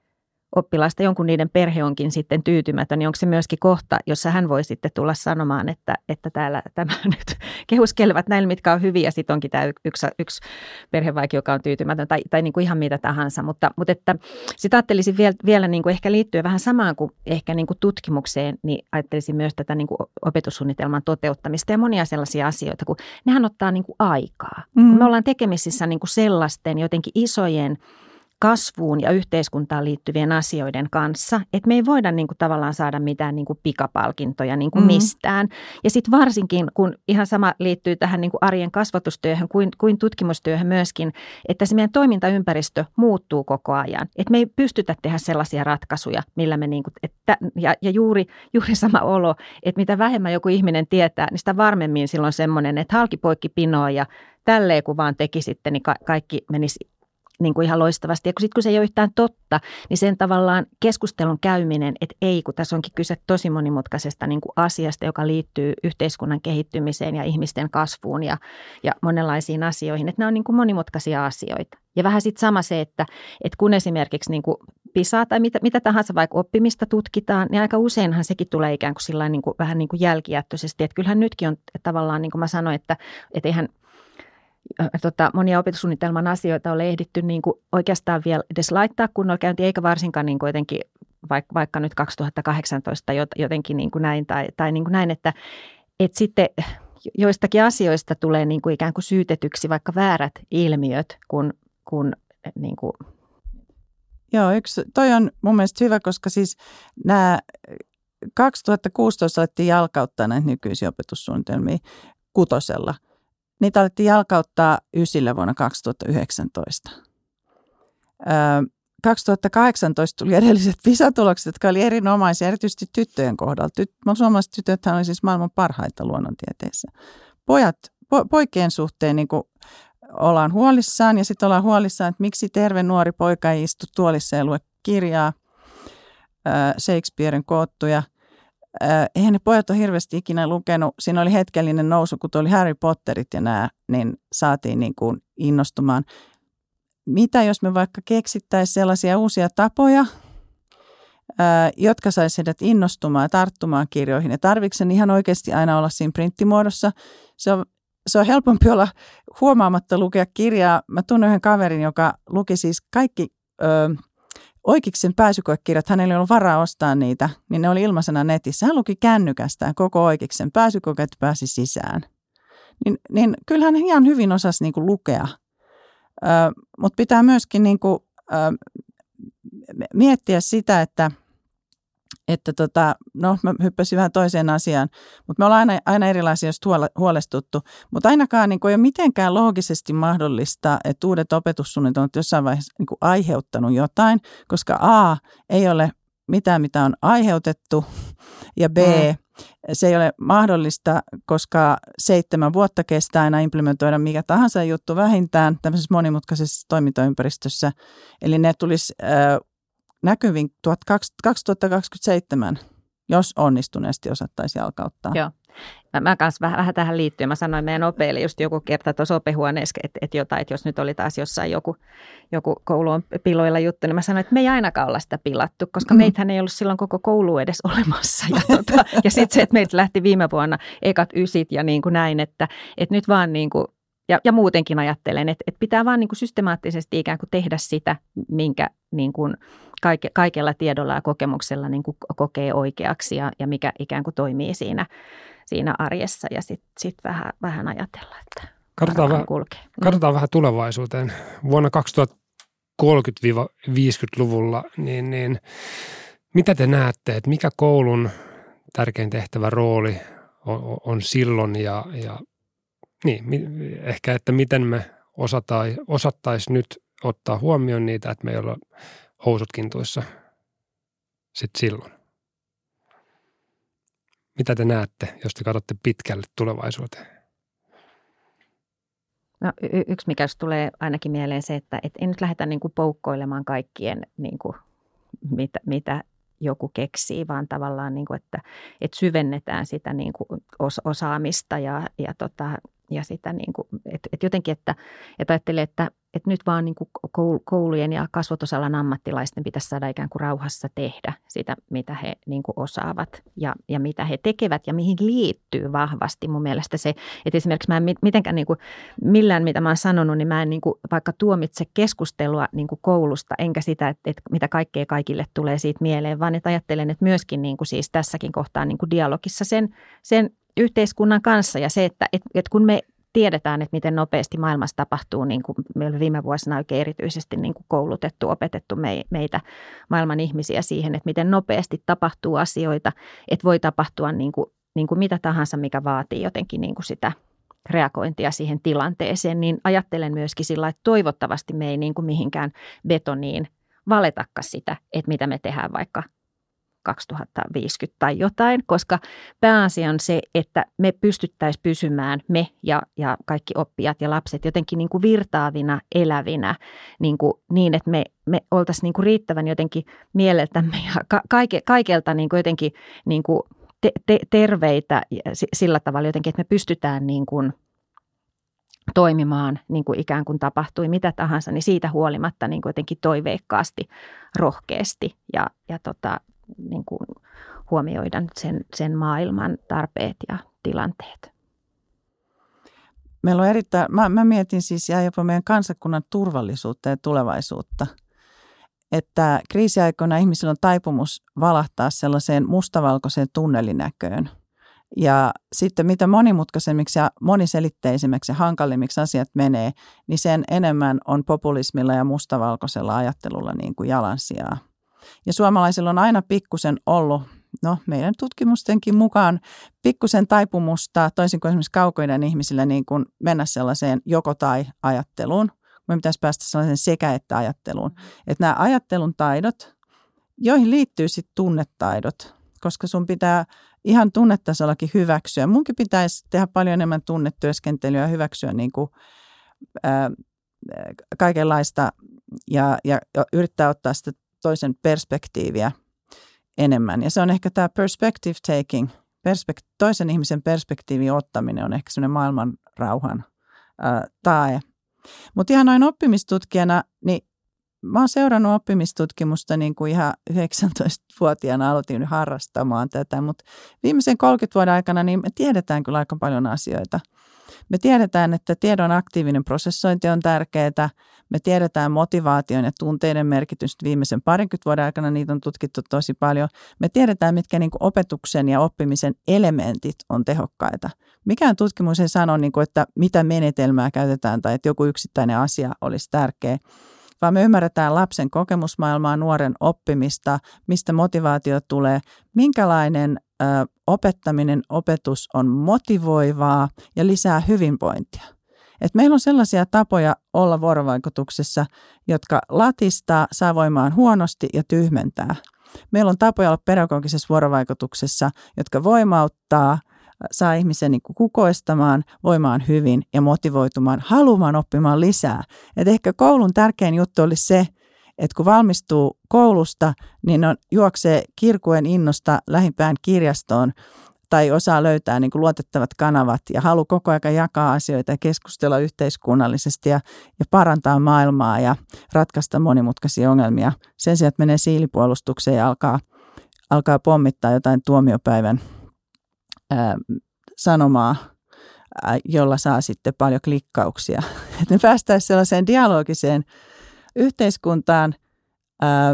oppilaista, jonkun niiden perhe onkin sitten tyytymätön, niin onko se myöskin kohta, jossa hän voi sitten tulla sanomaan, että, että täällä tämä nyt kehuskelevat näillä, mitkä on hyviä, ja sitten onkin tämä yksi, yksi perhe vaikka, joka on tyytymätön, tai, tai niin kuin ihan mitä tahansa. Mutta, mutta että sitä ajattelisin vielä, vielä niin kuin ehkä liittyen vähän samaan kuin ehkä niin kuin tutkimukseen, niin ajattelisin myös tätä niin kuin opetussuunnitelman toteuttamista ja monia sellaisia asioita, kun nehän ottaa niin kuin aikaa. Mm. Kun me ollaan tekemisissä niin kuin sellaisten jotenkin isojen kasvuun ja yhteiskuntaan liittyvien asioiden kanssa, että me ei voida niin kuin tavallaan saada mitään niin kuin pikapalkintoja niin kuin mm-hmm. mistään. Ja sitten varsinkin, kun ihan sama liittyy tähän niin kuin arjen kasvatustyöhön kuin, kuin tutkimustyöhön myöskin, että se meidän toimintaympäristö muuttuu koko ajan. Että me ei pystytä tehdä sellaisia ratkaisuja, millä me niin kuin, että, ja, ja juuri, juuri sama olo, että mitä vähemmän joku ihminen tietää, niin sitä varmemmin silloin semmoinen, että halki poikki pinoa ja tälleen kun vaan teki sitten, niin ka- kaikki menisi niin kuin ihan loistavasti. Ja kun, sit, kun se ei ole yhtään totta, niin sen tavallaan keskustelun käyminen, että ei, kun tässä onkin kyse tosi monimutkaisesta niin kuin asiasta, joka liittyy yhteiskunnan kehittymiseen ja ihmisten kasvuun ja, ja monenlaisiin asioihin. Että nämä on niin kuin monimutkaisia asioita. Ja vähän sitten sama se, että, että kun esimerkiksi niin kuin PISA tai mitä, mitä tahansa vaikka oppimista tutkitaan, niin aika useinhan sekin tulee ikään kuin, sillain niin kuin vähän niin kuin jälkijättöisesti. Että kyllähän nytkin on tavallaan, niin kuin mä sanoin, että, että eihän Tota, monia opetussuunnitelman asioita ole ehditty niin kuin oikeastaan vielä edes laittaa kunnolla käyntiin, eikä varsinkaan niin kuin jotenkin vaikka, vaikka nyt kaksituhattakahdeksantoista jotenkin niin kuin näin tai, tai niin kuin näin, että, että sitten joistakin asioista tulee niin kuin ikään kuin syytetyksi vaikka väärät ilmiöt, kun, kun niin kuin. Joo, yksi, toi on mun mielestä hyvä, koska siis nämä kaksituhattakuusitoista alettiin jalkauttaa näitä nykyisiä opetussuunnitelmia kutosella. Niitä alettiin jalkauttaa ysillä vuonna kaksituhattayhdeksäntoista. Öö, kaksituhattakahdeksantoista tuli edelliset PISA-tulokset, jotka oli erinomaisia, erityisesti tyttöjen kohdalla. Tyt- Suomalaiset tytöthän oli siis maailman parhaita luonnontieteissä. Pojat, po- poikien suhteen niin kuin ollaan huolissaan ja sitten ollaan huolissaan, että miksi terve nuori poika ei istu tuolissa ja lue kirjaa, öö, Shakespearen koottuja. Eihän ne pojat ole hirveästi ikinä lukenut. Siinä oli hetkellinen nousu, kun oli Harry Potterit ja nämä, niin saatiin niin kuin innostumaan. Mitä jos me vaikka keksittäisiin sellaisia uusia tapoja, jotka saisi heidät innostumaan ja tarttumaan kirjoihin. Ja tarvitsen sen ihan oikeasti aina olla siinä printtimuodossa. Se on, se on helpompi olla huomaamatta lukea kirjaa. Mä tunnen yhden kaverin, joka luki siis kaikki Ö, Oikiksen pääsykoekirjat, hänellä ei ollut varaa ostaa niitä, niin ne oli ilmaisena netissä. Hän luki kännykästään koko Oikiksen pääsykokeet pääsi sisään. Niin, niin kyllähän hän ihan hyvin osasi niin kuin lukea, ö, mutta pitää myöskin niin kuin, ö, miettiä sitä, että, että tota, no mä hyppäsin vähän toiseen asiaan, mutta me ollaan aina, aina erilaisia jos huolestuttu, mutta ainakaan niin kuin ei ole mitenkään loogisesti mahdollista, että uudet opetussuunnitelmat jossain vaiheessa niin kuin aiheuttanut jotain, koska A, ei ole mitään, mitä on aiheutettu, ja B, mm. se ei ole mahdollista, koska seitsemän vuotta kestää aina implementoida mikä tahansa juttu vähintään tämmöisessä monimutkaisessa toimintaympäristössä, eli ne tulisi äh, näkyvin kaksituhattakaksikymmentäseitsemän, jos onnistuneesti osattaisiin jalkauttaa. Joo. Mä kanssa vähän, vähän tähän liittyen. Mä sanoin meidän opeille just joku kerta tuossa opehuoneessa, että, että jotain, että jos nyt oli taas jossain joku, joku koulu on piloilla juttu, niin mä sanoin, että me ei ainakaan olla sitä pilattu, koska mm. meitähän ei ollut silloin koko koulu edes olemassa. Ja, tota, ja sitten se, että meiltä lähti viime vuonna ekat ysit ja niin kuin näin, että, että nyt vaan niin kuin, ja, ja muutenkin ajattelen, että, että pitää vaan niin kuin systemaattisesti ikään kuin tehdä sitä, minkä niin kuin Kaike, kaikella tiedolla ja kokemuksella niin kuin kokee oikeaksi ja, ja mikä ikään kuin toimii siinä, siinä arjessa ja sitten sit vähän, vähän ajatella, että katsotaan, vähän, kulkee. katsotaan vähän tulevaisuuteen. Vuonna kaksituhattakolmekymmentä-viisikymmentäluvulla, niin, niin mitä te näette, että mikä koulun tärkein tehtävä rooli on, on silloin ja, ja niin, ehkä, että miten me osataan, osattaisiin nyt ottaa huomioon niitä, että me ei olla housut kintuissa sitten silloin. Mitä te näette, jos te katsotte pitkälle tulevaisuuteen? No y- yksi, mikä tulee ainakin mieleen se, että et ei nyt lähdetä niin kuin poukkoilemaan kaikkien, niin kuin, mitä, mitä joku keksii, vaan tavallaan, niin kuin, että, että syvennetään sitä niin kuin osaamista ja, ja, tota, ja sitä, niin kuin, että, että jotenkin, että, että ajattelee, että, että nyt vaan niin kuin koulujen ja kasvatusalan ammattilaisten pitäisi saada ikään kuin rauhassa tehdä sitä, mitä he niin kuin osaavat ja, ja mitä he tekevät ja mihin liittyy vahvasti mun mielestä se, että esimerkiksi mä en mitenkään niin kuin, millään mitä mä oon sanonut, niin mä en niin kuin vaikka tuomitse keskustelua niin kuin koulusta, enkä sitä, että, että mitä kaikkea kaikille tulee siitä mieleen, vaan että ajattelen, että myöskin niin kuin siis tässäkin kohtaa niin kuin dialogissa sen, sen yhteiskunnan kanssa ja se, että, että, että kun me tiedetään, että miten nopeasti maailmassa tapahtuu, niin kuin meillä viime vuosina oikein erityisesti niin kuin koulutettu, opetettu meitä maailman ihmisiä siihen, että miten nopeasti tapahtuu asioita, että voi tapahtua niin kuin, niin kuin mitä tahansa, mikä vaatii jotenkin niin kuin sitä reagointia siihen tilanteeseen, niin ajattelen myöskin sillä, että toivottavasti me ei niin kuin mihinkään betoniin valetakaan sitä, että mitä me tehdään vaikka kaksituhattaviisikymmentä tai jotain, koska pääasia on se, että me pystyttäisiin pysymään, me ja, ja kaikki oppijat ja lapset jotenkin niin kuin virtaavina, elävinä, niin, kuin, niin että me, me oltaisiin niin kuin riittävän jotenkin mieleltämme ja ka- kaike, kaikelta niin kuin jotenkin niin kuin te, te, terveitä sillä tavalla jotenkin, että me pystytään niin kuin toimimaan niin kuin ikään kuin tapahtui mitä tahansa, niin siitä huolimatta niin kuin jotenkin toiveikkaasti, rohkeasti ja, ja tota, niin kuin huomioida sen, sen maailman tarpeet ja tilanteet. Meillä on erittäin, mä, mä mietin siis ja jopa meidän kansakunnan turvallisuutta ja tulevaisuutta, että kriisiaikoina ihmisillä on taipumus valahtaa sellaiseen mustavalkoiseen tunnelinäköön. Ja sitten mitä monimutkaisemmiksi ja moniselitteisemmiksi ja hankalimmiksi asiat menee, niin sen enemmän on populismilla ja mustavalkoisella ajattelulla niin kuin jalansijaa. Ja suomalaisilla on aina pikkusen ollut, no meidän tutkimustenkin mukaan, pikkusen taipumusta, toisin kuin esimerkiksi kaukoiden ihmisillä, niin kuin mennä sellaiseen joko-tai-ajatteluun. Me pitäisi päästä sellaiseen sekä-että-ajatteluun. Että nämä ajattelun taidot, joihin liittyy sitten tunnetaidot, koska sun pitää ihan tunnetasollakin hyväksyä. Munkin pitäisi tehdä paljon enemmän tunnetyöskentelyä ja hyväksyä niin kuin, ää, kaikenlaista ja, ja yrittää ottaa sitä toisen perspektiiviä enemmän. Ja se on ehkä tämä perspective taking, perspekt- toisen ihmisen perspektiivin ottaminen on ehkä sellainen maailman rauhan ää, tae. Mutta ihan noin oppimistutkijana, niin mä oon seurannut oppimistutkimusta niin kuin ihan yhdeksäntoistavuotiaana aloitin harrastamaan tätä, mutta viimeisen kolmekymmentä vuoden aikana niin me tiedetään kyllä aika paljon asioita. Me tiedetään, että tiedon aktiivinen prosessointi on tärkeää. Me tiedetään motivaation ja tunteiden merkitystä viimeisen parinkymmentä vuoden aikana, niitä on tutkittu tosi paljon. Me tiedetään, mitkä niin kuin opetuksen ja oppimisen elementit on tehokkaita. Mikään tutkimus ei sano, niin kuin, että mitä menetelmää käytetään tai että joku yksittäinen asia olisi tärkeä, vaan me ymmärretään lapsen kokemusmaailmaa, nuoren oppimista, mistä motivaatio tulee, minkälainen ö, opettaminen, opetus on motivoivaa ja lisää hyvinvointia. Et meillä on sellaisia tapoja olla vuorovaikutuksessa, jotka latistaa, saa voimaan huonosti ja tyhmentää. Meillä on tapoja olla pedagogisessa vuorovaikutuksessa, jotka voimauttaa, saa ihmisen niin kuin kukoistamaan, voimaan hyvin ja motivoitumaan, haluamaan oppimaan lisää. Et ehkä koulun tärkein juttu olisi se, että kun valmistuu koulusta, niin on, juoksee kirkuen innosta lähimpään kirjastoon tai osaa löytää niin kuin luotettavat kanavat ja halu koko ajan jakaa asioita ja keskustella yhteiskunnallisesti ja, ja parantaa maailmaa ja ratkaista monimutkaisia ongelmia. Sen sijaan, että menee siilipuolustukseen ja alkaa, alkaa pommittaa jotain tuomiopäivän ää, sanomaa, ää, jolla saa sitten paljon klikkauksia. Että me päästäisiin sellaiseen dialogiseen yhteiskuntaan. Ää,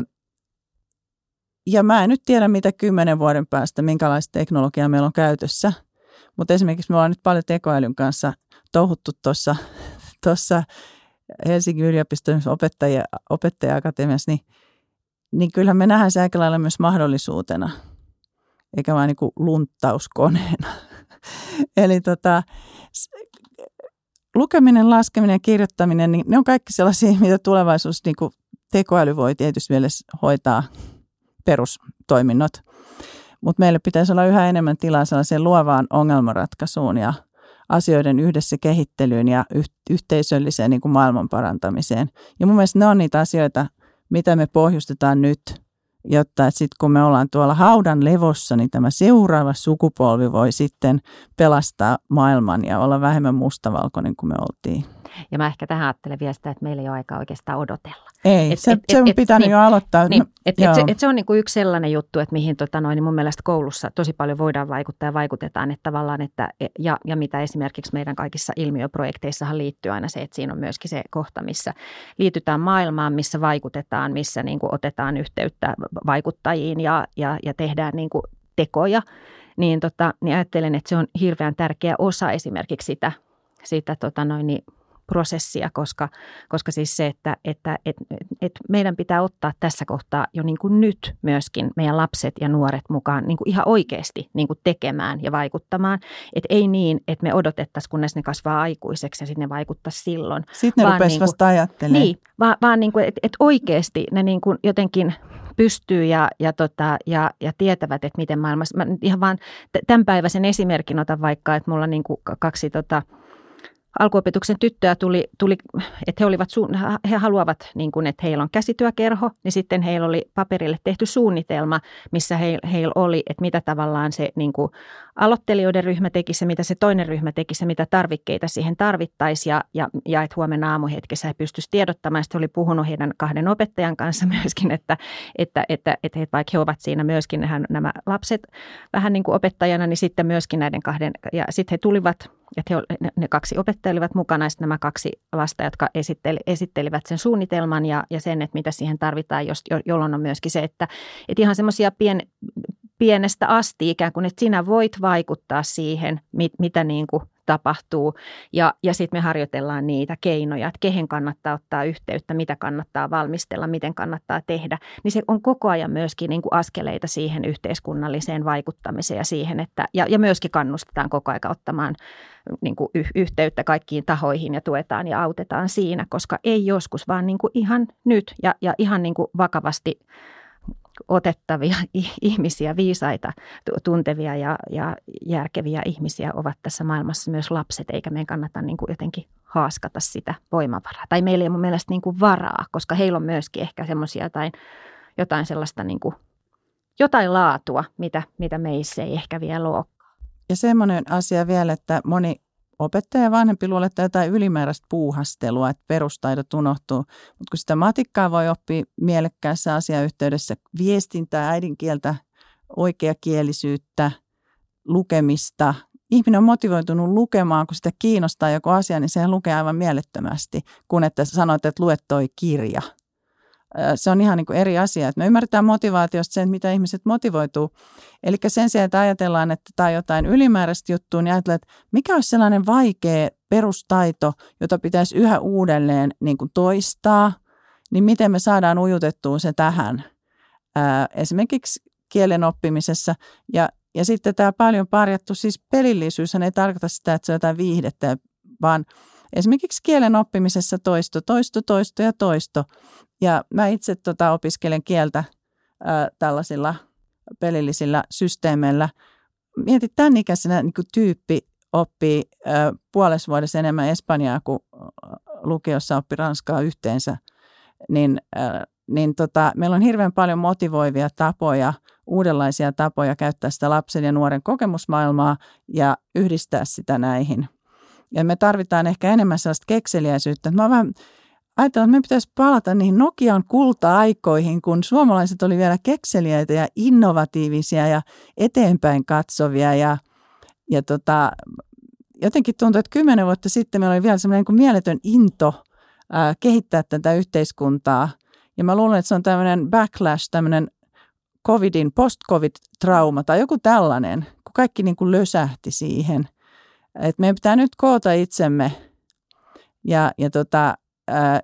Ja mä en nyt tiedä, mitä kymmenen vuoden päästä, minkälaista teknologiaa meillä on käytössä. Mutta esimerkiksi me ollaan nyt paljon tekoälyn kanssa touhuttu tuossa tuossa Helsingin yliopiston opettaja, opettaja-akatemiassa, niin, niin kyllähän me nähdään se aika lailla myös mahdollisuutena, eikä vain niin kuin lunttauskoneena. Eli tota, lukeminen, laskeminen ja kirjoittaminen, niin ne on kaikki sellaisia, mitä tulevaisuus niin kuin tekoäly voi tietysti mielessä hoitaa perustoiminnot, mutta meillä pitäisi olla yhä enemmän tilaa sellaiseen luovaan ongelmanratkaisuun ja asioiden yhdessä kehittelyyn ja yhteisölliseen niin kuin maailman parantamiseen. Ja mun mielestä ne on niitä asioita, mitä me pohjustetaan nyt jotta sitten kun me ollaan tuolla haudan levossa, niin tämä seuraava sukupolvi voi sitten pelastaa maailman ja olla vähemmän mustavalkoinen kuin me oltiin. Ja mä ehkä tähän ajattelen vielä sitä, että meillä ei ole aikaa oikeastaan odotella. Ei, et, se, et, se on et, pitänyt niin, jo aloittaa. Niin, no, et, et se, et se on niinku yksi sellainen juttu, että mihin tota noin, niin mun mielestä koulussa tosi paljon voidaan vaikuttaa ja vaikutetaan. Että tavallaan, että, ja, ja mitä esimerkiksi meidän kaikissa ilmiöprojekteissahan liittyy aina se, että siinä on myöskin se kohta, missä liitytään maailmaan, missä vaikutetaan, missä niin kuin otetaan yhteyttä vaikuttajiin ja, ja, ja tehdään niin kuin tekoja. Niin, tota, niin ajattelen, että se on hirveän tärkeä osa esimerkiksi sitä, sitä tota noin, niin prosessia, koska, koska siis se, että, että et, et meidän pitää ottaa tässä kohtaa jo niin kuin nyt myöskin meidän lapset ja nuoret mukaan niin kuin ihan oikeasti niin kuin tekemään ja vaikuttamaan. Että ei niin, että me odotettaisiin, kunnes ne kasvaa aikuiseksi ja sitten ne vaikuttaisi silloin. Sitten ne rupesivat niin vasta ajattelemaan. Niin, vaan, vaan niin kuin, että et oikeasti ne niin kuin jotenkin pystyy ja, ja, tota, ja, ja tietävät, että miten maailmassa. Mä ihan vaan tämänpäiväisen esimerkin otan vaikka, että mulla niin kuin kaksi tota, alkuopetuksen tyttöä tuli, tuli että he, olivat, he haluavat, niin kuin, että heillä on käsityökerho, niin sitten heillä oli paperille tehty suunnitelma, missä heillä heil oli, että mitä tavallaan se niin kuin aloittelijoiden ryhmä tekisi ja mitä se toinen ryhmä tekisi ja mitä tarvikkeita siihen tarvittaisiin ja, ja, ja että huomenna aamuhetkessä he pystyisivät tiedottamaan. Sitten he oli puhunut heidän kahden opettajan kanssa myöskin, että, että, että, että he, vaikka he ovat siinä myöskin nämä lapset vähän niin kuin opettajana, niin sitten myöskin näiden kahden, ja sitten he tulivat, että he, ne kaksi opettajaa olivat mukana ja sitten nämä kaksi lasta, jotka esitteli, esittelivät sen suunnitelman ja, ja sen, että mitä siihen tarvitaan, jos, jolloin on myöskin se, että, että ihan semmoisia pien, pienestä asti ikään kuin, että sinä voit vaikuttaa siihen, mit, mitä niin kuin tapahtuu ja, ja sitten me harjoitellaan niitä keinoja, että kehen kannattaa ottaa yhteyttä, mitä kannattaa valmistella, miten kannattaa tehdä, niin se on koko ajan myöskin niin kuin askeleita siihen yhteiskunnalliseen vaikuttamiseen ja siihen, että ja, ja myöskin kannustetaan koko ajan ottamaan niin kuin y- yhteyttä kaikkiin tahoihin ja tuetaan ja autetaan siinä, koska ei joskus, vaan niin kuin ihan nyt ja, ja ihan niin kuin vakavasti otettavia ihmisiä, viisaita, tuntevia ja, ja järkeviä ihmisiä ovat tässä maailmassa myös lapset, eikä meidän kannata niin kuin jotenkin haaskata sitä voimavaraa. Tai meillä ei mun mielestä niin kuin varaa, koska heillä on myöskin ehkä semmoisia jotain, jotain sellaista niin kuin, jotain laatua, mitä, mitä meissä ei ehkä vielä ole. Ja semmoinen asia vielä, että moni opettaja ja vanhempi luolettaa jotain ylimääräistä puuhastelua, että perustaidot unohtuu. Mutta kun sitä matikkaa voi oppia mielekkäässä asiayhteydessä, viestintää, äidinkieltä, oikeakielisyyttä, lukemista. Ihminen on motivoitunut lukemaan, kun sitä kiinnostaa joku asia, niin sehän lukee aivan mielettömästi, kun että sanoit, että lue toi kirja. Se on ihan niin kuin eri asia. Että me ymmärretään motivaatiosta sen, mitä ihmiset motivoituu. Eli sen sijaan, että ajatellaan, että tämä on jotain ylimääräistä juttua, niin ajatellaan, että mikä olisi sellainen vaikea perustaito, jota pitäisi yhä uudelleen niin kuin toistaa, niin miten me saadaan ujutettua se tähän. Ää, esimerkiksi kielen oppimisessa. Ja, ja sitten tämä paljon parjattu, siis pelillisyys ei tarkoita sitä, että se on jotain viihdettä, vaan esimerkiksi kielen oppimisessa toisto, toisto, toisto ja toisto. Ja mä itse tota, opiskelen kieltä ää, tällaisilla pelillisillä systeemeillä. Mietit, tämän ikäisenä niin kuin tyyppi oppii ää, puolessa vuodessa enemmän espanjaa kuin lukiossa oppi ranskaa yhteensä. Niin, ää, niin tota, meillä on hirveän paljon motivoivia tapoja, uudenlaisia tapoja käyttää sitä lapsen ja nuoren kokemusmaailmaa ja yhdistää sitä näihin. Ja me tarvitaan ehkä enemmän sellaista kekseliäisyyttä. Mä vähän ajatellaan, että me pitäisi palata niihin Nokian kulta-aikoihin, kun suomalaiset oli vielä kekseliäitä ja innovatiivisia ja eteenpäin katsovia. Ja, ja tota, jotenkin tuntuu, että kymmenen vuotta sitten meillä oli vielä semmoinen niin kuin mieletön into ää, kehittää tätä yhteiskuntaa. Ja mä luulen, että se on tämmöinen backlash, tämmöinen covidin, post-covid-trauma tai joku tällainen, kun kaikki niin kuin lösähti siihen. Että meidän pitää nyt koota itsemme ja, ja tota, ää,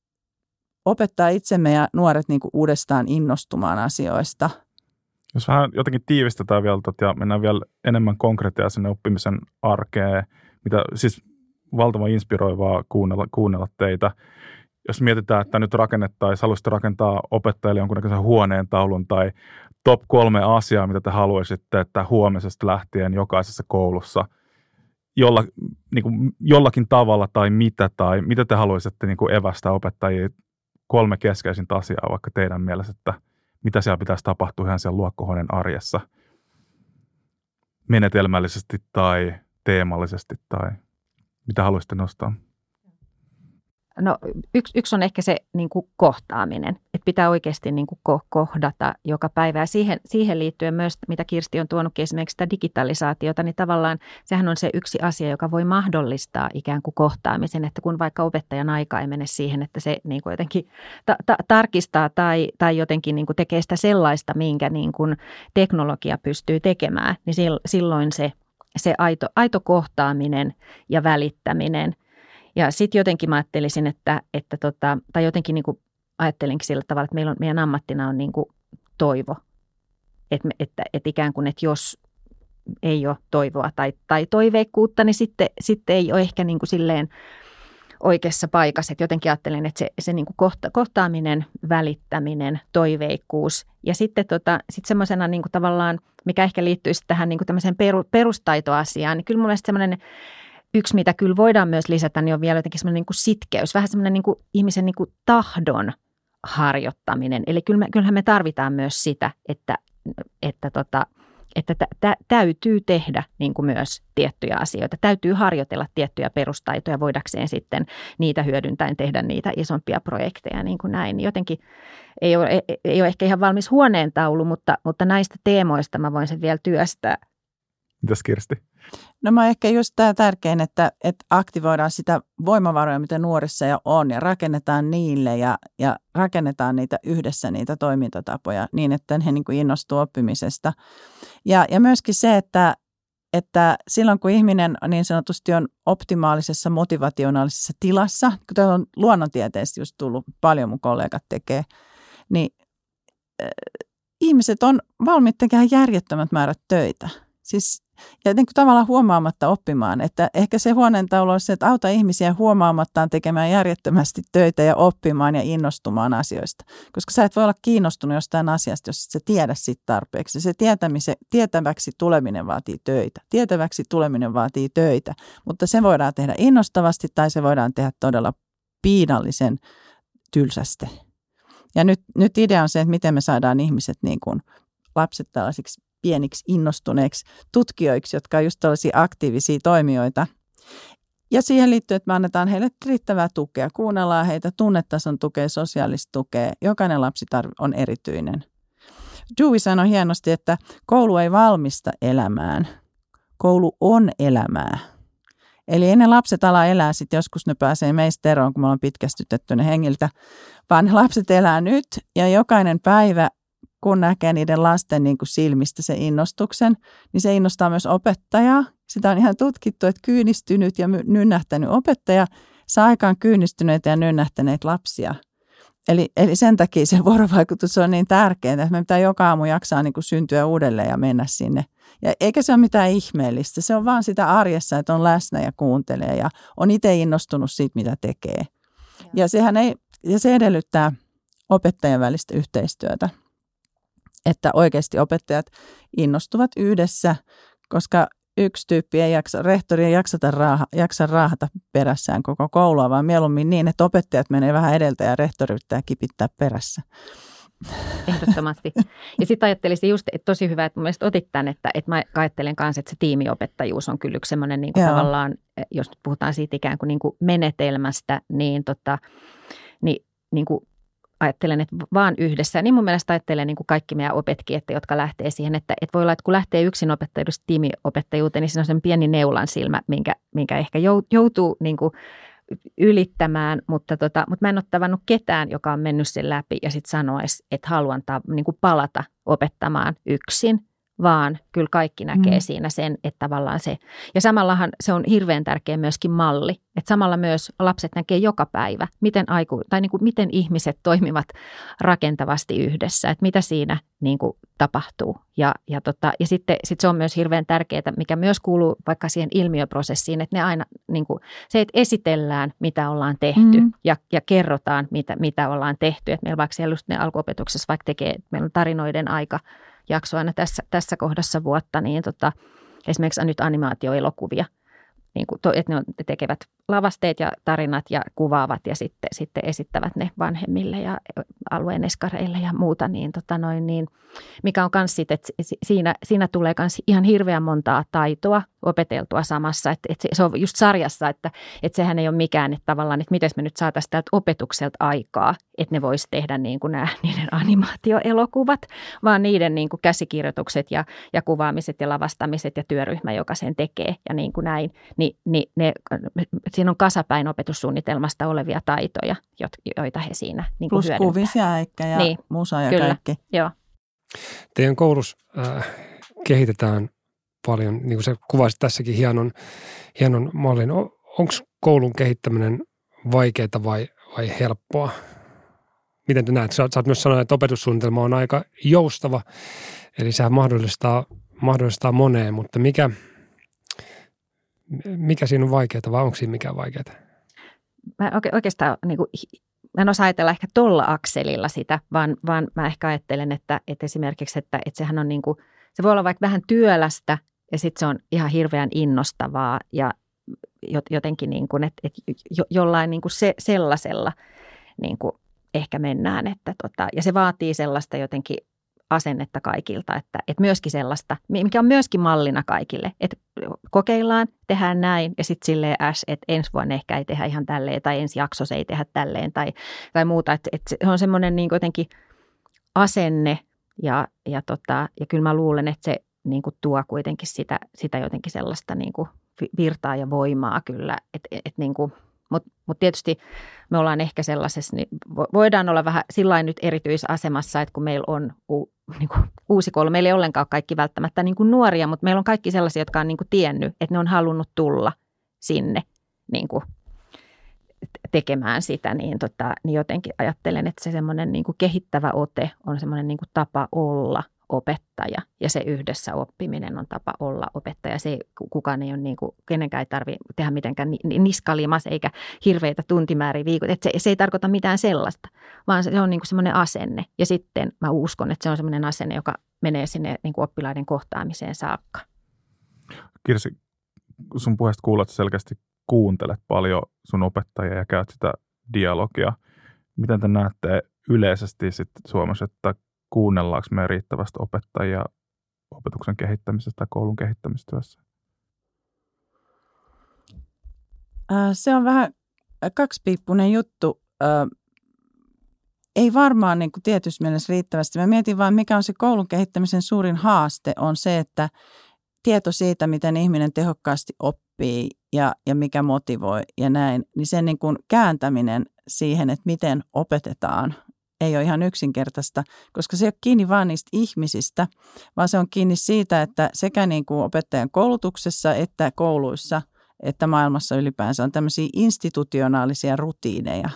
opettaa itsemme ja nuoret niin kuin uudestaan innostumaan asioista. Jos vähän jotenkin tiivistetään vielä tot, ja mennään vielä enemmän konkreettia sinne oppimisen arkeen, mitä siis valtavan inspiroivaa kuunnella, kuunnella teitä. Jos mietitään, että nyt rakennettaisiin, haluaisitte rakentaa opettajille jonkunnäköisen huoneen taulun tai top kolme asiaa, mitä te haluaisitte, että huomisesta lähtien jokaisessa koulussa jolla, niin kuin, jollakin tavalla tai mitä, tai mitä te haluaisitte niin kuin evästää opettajia kolme keskeisintä asiaa vaikka teidän mielessä, että mitä siellä pitäisi tapahtua ihan siellä luokkahuoneen arjessa menetelmällisesti tai teemallisesti tai mitä haluaisitte nostaa? No yksi, yksi on ehkä se niin kuin kohtaaminen, että pitää oikeasti niin kuin kohdata joka päivä. Ja siihen, siihen liittyen myös, mitä Kirsti on tuonutkin esimerkiksi sitä digitalisaatiota, niin tavallaan sehän on se yksi asia, joka voi mahdollistaa ikään kuin kohtaamisen, että kun vaikka opettajan aika ei mene siihen, että se niin kuin jotenkin ta- ta- tarkistaa tai, tai jotenkin niin kuin tekee sitä sellaista, minkä niin kuin teknologia pystyy tekemään, niin silloin se, se aito, aito kohtaaminen ja välittäminen. Ja sitten jotenkin mä ajattelisin, että, että tota, tai jotenkin niin kuin ajattelinkin sillä tavalla, että meillä on, meidän ammattina on niin kuin toivo. Että, että, että ikään kuin, että jos ei ole toivoa tai, tai toiveikkuutta, niin sitten, sitten ei ole ehkä niin kuin silleen oikeassa paikassa. Että jotenkin ajattelin, että se, se niin kuin kohta, kohtaaminen, välittäminen, toiveikkuus ja sitten tota, sit semmoisena niin kuin tavallaan, mikä ehkä liittyisi tähän niin kuin tämmöiseen peru, perustaitoasiaan, niin kyllä mun mielestä semmoinen yksi, mitä kyllä voidaan myös lisätä, niin on vielä jotenkin semmoinen niin kuin sitkeys, vähän semmoinen niin kuin ihmisen niin kuin tahdon harjoittaminen. Eli kyllä me, kyllähän me tarvitaan myös sitä, että, että, tota, että tä, tä, täytyy tehdä niin kuin myös tiettyjä asioita. Täytyy harjoitella tiettyjä perustaitoja voidakseen sitten niitä hyödyntäen tehdä niitä isompia projekteja niin kuin näin. Jotenkin ei ole, ei, ei ole ehkä ihan valmis huoneentaulu, mutta, mutta näistä teemoista mä voin sen vielä työstää. Mitäs Kirsti? No mä ehkä just tämä tärkein, että, että aktivoidaan sitä voimavaroja, mitä nuorissa jo on ja rakennetaan niille ja, ja rakennetaan niitä yhdessä niitä toimintatapoja niin, että he niin kuin innostuu oppimisesta. Ja, ja myöskin se, että, että silloin kun ihminen niin sanotusti on optimaalisessa motivationaalisessa tilassa, kun täällä on luonnontieteessä just tullut paljon mun kollegat tekee, niin äh, ihmiset on valmiit tekemään järjettömät määrät töitä. Siis ja niin kuin tavallaan huomaamatta oppimaan, että ehkä se huoneentaulu on se, että auta ihmisiä huomaamattaan tekemään järjettömästi töitä ja oppimaan ja innostumaan asioista. Koska sä et voi olla kiinnostunut jostain asiasta, jos et sä tiedä siitä tarpeeksi. Se tietäväksi tuleminen vaatii töitä. Tietäväksi tuleminen vaatii töitä, mutta se voidaan tehdä innostavasti tai se voidaan tehdä todella piinallisen tylsästi. Ja nyt, nyt idea on se, että miten me saadaan ihmiset niin kuin lapset tällaisiksi pieniksi innostuneiksi tutkijoiksi, jotka on just tällaisia aktiivisia toimijoita. Ja siihen liittyy, että me annetaan heille riittävää tukea. Kuunnellaan heitä, tunnetason tukea, sosiaalista tukea. Jokainen lapsi on erityinen. Dewey sanoi hienosti, että koulu ei valmista elämään. Koulu on elämää. Eli ei ne lapset ala elää sitten joskus ne pääsee meistä eroon, kun me ollaan pitkästytetty ne hengiltä, vaan ne lapset elää nyt ja jokainen päivä, kun näkee niiden lasten niin kuin silmistä sen innostuksen, niin se innostaa myös opettajaa. Sitä on ihan tutkittu, että kyynistynyt ja nynnähtänyt opettaja saa aikaan kyynistyneitä ja nynnähtäneitä lapsia. Eli, eli sen takia se vuorovaikutus on niin tärkeää, että me pitää joka aamu jaksaa niin kuin syntyä uudelleen ja mennä sinne. Ja eikä se ole mitään ihmeellistä, se on vaan sitä arjessa, että on läsnä ja kuuntelee ja on itse innostunut siitä, mitä tekee. Ja, sehän ei, ja se edellyttää opettajan välistä yhteistyötä. Että oikeasti opettajat innostuvat yhdessä, koska yksi tyyppi ei jaksa, rehtori ei jaksata raaha, jaksa raahata perässään koko koulua, vaan mieluummin niin, että opettajat menee vähän edeltä ja rehtori yrittää kipittää perässä. Ehdottomasti. Ja sitten ajattelisin just, että tosi hyvä, että mun mielestä otit tämän, että, että mä ajattelen kanssa, että se tiimiopettajuus on kyllä yksi semmoinen niin kuin tavallaan, jos nyt puhutaan siitä ikään kuin, niin kuin menetelmästä, niin, tota, niin, niin kuin ajattelen, että vaan yhdessä. Niin mun mielestä ajattelen niin kuin kaikki meidän opetkin, että, jotka lähtee siihen, että, että voi olla, että kun lähtee yksin opettajuudesta tiimiopettajuuteen, niin siinä on sen pieni neulan silmä, minkä, minkä ehkä joutuu niin kuin ylittämään, mutta, tota, mutta mä en ole tavannut ketään, joka on mennyt sen läpi ja sitten sanoisi, että haluan ta, niin kuin palata opettamaan yksin, vaan kyllä kaikki näkee mm. siinä sen, että tavallaan se, ja samallahan se on hirveän tärkeä myöskin malli, että samalla myös lapset näkee joka päivä, miten aiku, tai niin kuin miten ihmiset toimivat rakentavasti yhdessä, että mitä siinä niin kuin tapahtuu. Ja, ja, tota, ja sitten sit se on myös hirveän tärkeää, mikä myös kuuluu vaikka siihen ilmiöprosessiin, että ne aina, niin kuin, se, että esitellään, mitä ollaan tehty mm. ja, ja kerrotaan, mitä, mitä ollaan tehty. Että meillä vaikka siellä just ne alkuopetuksessa vaikka tekee, meillä on tarinoiden aika, jakso aina tässä, tässä kohdassa vuotta, niin tota, esimerkiksi nyt animaatioelokuvia, niin kuin to, että ne, on, ne tekevät lavasteet ja tarinat ja kuvaavat ja sitten, sitten esittävät ne vanhemmille ja alueen eskareille ja muuta, niin, tota noin, niin mikä on myös sitten, että siinä, siinä tulee myös ihan hirveän montaa taitoa opeteltua samassa, että, että se on just sarjassa, että, että sehän ei ole mikään, että tavallaan, että miten me nyt saataisiin täältä opetukselta aikaa, että ne voisi tehdä niin kuin nämä niiden animaatioelokuvat, vaan niiden niin kuin käsikirjoitukset ja, ja kuvaamiset ja lavastamiset ja työryhmä, joka sen tekee ja niin kuin näin, niin, niin ne, siinä on kasapäin opetussuunnitelmasta olevia taitoja, joita he siinä niin kuin plus hyödyntää. kuvisia eikä ja niin, musa ja kyllä, kaikki. Joo. Teidän koulussa äh, kehitetään paljon, niin kuin sä kuvasit tässäkin hienon, hienon mallin. Onko koulun kehittäminen vaikeaa vai, vai helppoa? Miten te näet? Sä, sä oot myös sanonut, että opetussuunnitelma on aika joustava, eli sehän mahdollistaa, mahdollistaa moneen, mutta mikä, mikä siinä on vaikeaa vai onko siinä mikään vaikeaa? Mä oike, oikeastaan niin kuin, mä en osaa ajatella ehkä tuolla akselilla sitä, vaan, vaan mä ehkä ajattelen, että, että esimerkiksi, että, että sehän on niin kuin, se voi olla vaikka vähän työlästä ja sitten se on ihan hirveän innostavaa ja jotenkin niin kuin, että, että jollain niin kuin se, sellaisella niin kuin ehkä mennään, että tota, ja se vaatii sellaista jotenkin asennetta kaikilta, että, että myöskin sellaista, mikä on myöskin mallina kaikille, että kokeillaan, tehdään näin ja sitten silleen äs, että ensi vuonna ehkä ei tehdä ihan tälleen tai ensi jaksossa ei tehdä tälleen tai, tai muuta, että, että se on semmoinen niin kuin jotenkin asenne ja, ja, tota, ja kyllä mä luulen, että se niin kuin tuo kuitenkin sitä, sitä jotenkin sellaista niin kuin virtaa ja voimaa kyllä, että, että niin kuin Mutta mut tietysti me ollaan ehkä sellaisessa, niin voidaan olla vähän sillain nyt erityisasemassa, että kun meillä on u, niin kuin uusi koulu, meillä ei ollenkaan ole kaikki välttämättä niin kuin nuoria, mutta meillä on kaikki sellaisia, jotka on niin kuin tiennyt, että ne on halunnut tulla sinne niin kuin tekemään sitä, niin, tota, niin jotenkin ajattelen, että se semmoinen niin kuin kehittävä ote on semmoinen niin kuin tapa olla opettaja ja se yhdessä oppiminen on tapa olla opettaja. Se kukaan ei ole niin kuin, kenenkään ei tarvitse tehdä mitenkään niskalimas eikä hirveitä tuntimääriä viikot. Se, se ei tarkoita mitään sellaista, vaan se on niin kuin semmoinen asenne. Ja sitten mä uskon, että se on semmoinen asenne, joka menee sinne niin kuin oppilaiden kohtaamiseen saakka. Kirsi, sun puheesta kuulet, että selkeästi kuuntelet paljon sun opettajia ja käyt sitä dialogia. Miten te näette yleisesti sitten Suomessa, että kuunnellaanko me riittävästi opettajia opetuksen kehittämisessä tai koulun kehittämistyössä? Se on vähän kaksipiippunen juttu. Ei varmaan niin kuin tietyssä mielessä riittävästi. Mä mietin vaan, mikä on se koulun kehittämisen suurin haaste, on se, että tieto siitä, miten ihminen tehokkaasti oppii ja, ja mikä motivoi ja näin, niin sen niin kuin kääntäminen siihen, että miten opetetaan, ei ole ihan yksinkertaista, koska se ei ole kiinni vaan niistä ihmisistä, vaan se on kiinni siitä, että sekä niin kuin opettajan koulutuksessa että kouluissa, että maailmassa ylipäänsä on tämmöisiä institutionaalisia rutiineja.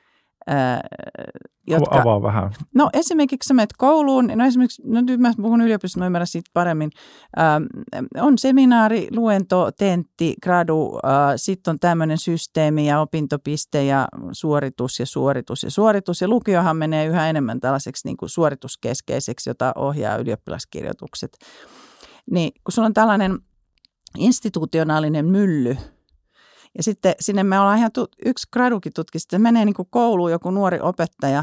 Ää, jotka, Avaa vähän. No esimerkiksi sä menet kouluun, no esimerkiksi, no nyt mä puhun yliopistosta, mä ymmärrän siitä paremmin, ää, on seminaari, luento, tentti, gradu, sitten on tämmöinen systeemi ja opintopiste ja suoritus ja suoritus ja suoritus. Ja lukiohan menee yhä enemmän tällaiseksi niin kuin suorituskeskeiseksi, jota ohjaa ylioppilaskirjoitukset. Niin kun sulla on tällainen institutionaalinen mylly, ja sitten sinne me ollaan ihan tu- yksi gradukin tutki, sitten menee niin kuin kouluun joku nuori opettaja,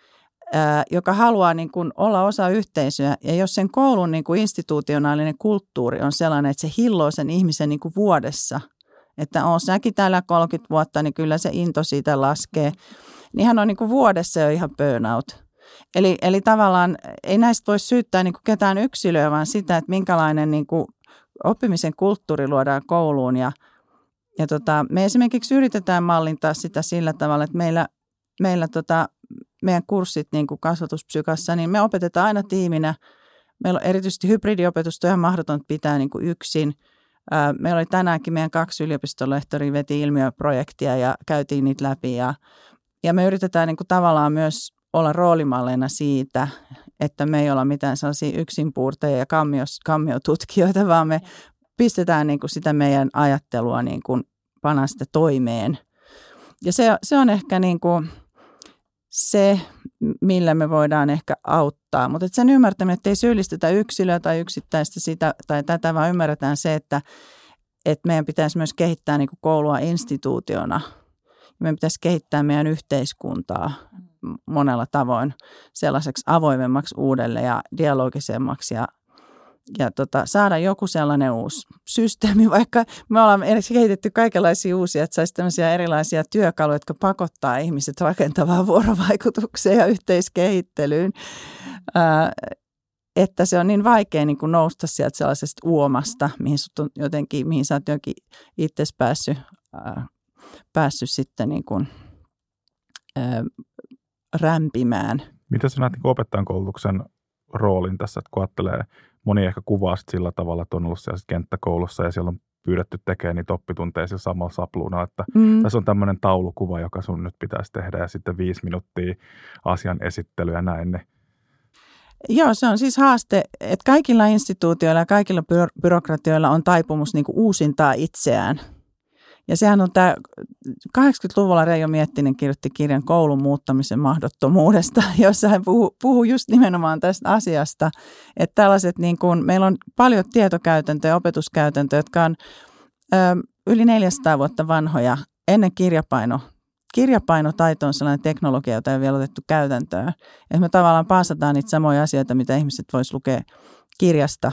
ää, joka haluaa niin kuin olla osa yhteisöä. Ja jos sen koulun niin kuin institutionaalinen kulttuuri on sellainen, että se hilloo sen ihmisen niin kuin vuodessa, että on säkin täällä kolmekymmentä vuotta, niin kyllä se into siitä laskee, niin hän on niin kuin vuodessa jo ihan burnout. Eli, eli tavallaan ei näistä voi syyttää niin kuin ketään yksilöä, vaan sitä, että minkälainen niin kuin oppimisen kulttuuri luodaan kouluun. Ja Ja tota, me esimerkiksi yritetään mallintaa sitä sillä tavalla, että meillä, meillä tota, meidän kurssit niin kuin kasvatuspsykassa, niin me opetetaan aina tiiminä. Meillä on erityisesti hybridiopetusta ihan mahdotonta pitää niin kuin yksin. Meillä oli tänäänkin meidän kaksi yliopistolehtoria veti ilmiöprojektia ja käytiin niitä läpi. Ja, ja me yritetään niin kuin tavallaan myös olla roolimalleina siitä, että me ei olla mitään sellaisia yksinpuurteja ja kammios, kammiotutkijoita, vaan me pistetään niin kuin sitä meidän ajattelua niin kuin panna sitä toimeen. Ja se, se on ehkä niin kuin se, millä me voidaan ehkä auttaa. Mutta sen ymmärtäminen, että ei syyllistetä yksilöä tai yksittäistä sitä tai tätä, vaan ymmärretään se, että, että meidän pitäisi myös kehittää niin kuin koulua instituutiona. Meidän pitäisi kehittää meidän yhteiskuntaa monella tavoin sellaiseksi avoimemmaksi uudelle ja dialogisemmaksi ja, ja tota, saada joku sellainen uusi systeemi, vaikka me ollaan kehitetty kaikenlaisia uusia, että saisi tämmöisiä erilaisia työkaluja, jotka pakottaa ihmiset rakentavaan vuorovaikutukseen ja yhteiskehittelyyn, ää, että se on niin vaikea niin kuin nousta sieltä sellaisesta uomasta, mihin, sut on jotenkin, mihin sä oot jotenkin itse päässyt, ää, päässyt sitten niin kuin, ää, rämpimään. Mitä sä näet niin opettajan koulutuksen roolin tässä, että kun ajattelee, moni ehkä kuvaa sillä tavalla, että on ollut siellä kenttäkoulussa ja siellä on pyydetty tekemään niitä oppitunteja sillä samalla sapluunalla, että mm. tässä on tämmöinen taulukuva, joka sun nyt pitäisi tehdä ja sitten viisi minuuttia asian esittelyä ja näin. Ne. Joo, se on siis haaste, että kaikilla instituutioilla ja kaikilla byro- byrokratioilla on taipumus niin kuin uusintaa itseään. Ja sehän on tämä, kahdeksankymmentäluvulla Reijo Miettinen kirjoitti kirjan koulun muuttamisen mahdottomuudesta, jossa hän puhuu, puhuu just nimenomaan tästä asiasta, että tällaiset niin kuin, meillä on paljon tietokäytäntöjä, opetuskäytäntöjä, jotka on ö, yli neljäsataa vuotta vanhoja ennen kirjapaino. Kirjapainotaito on sellainen teknologia, jota ei ole vielä otettu käytäntöön. Että me tavallaan paasataan niitä samoja asioita, mitä ihmiset vois lukea kirjasta.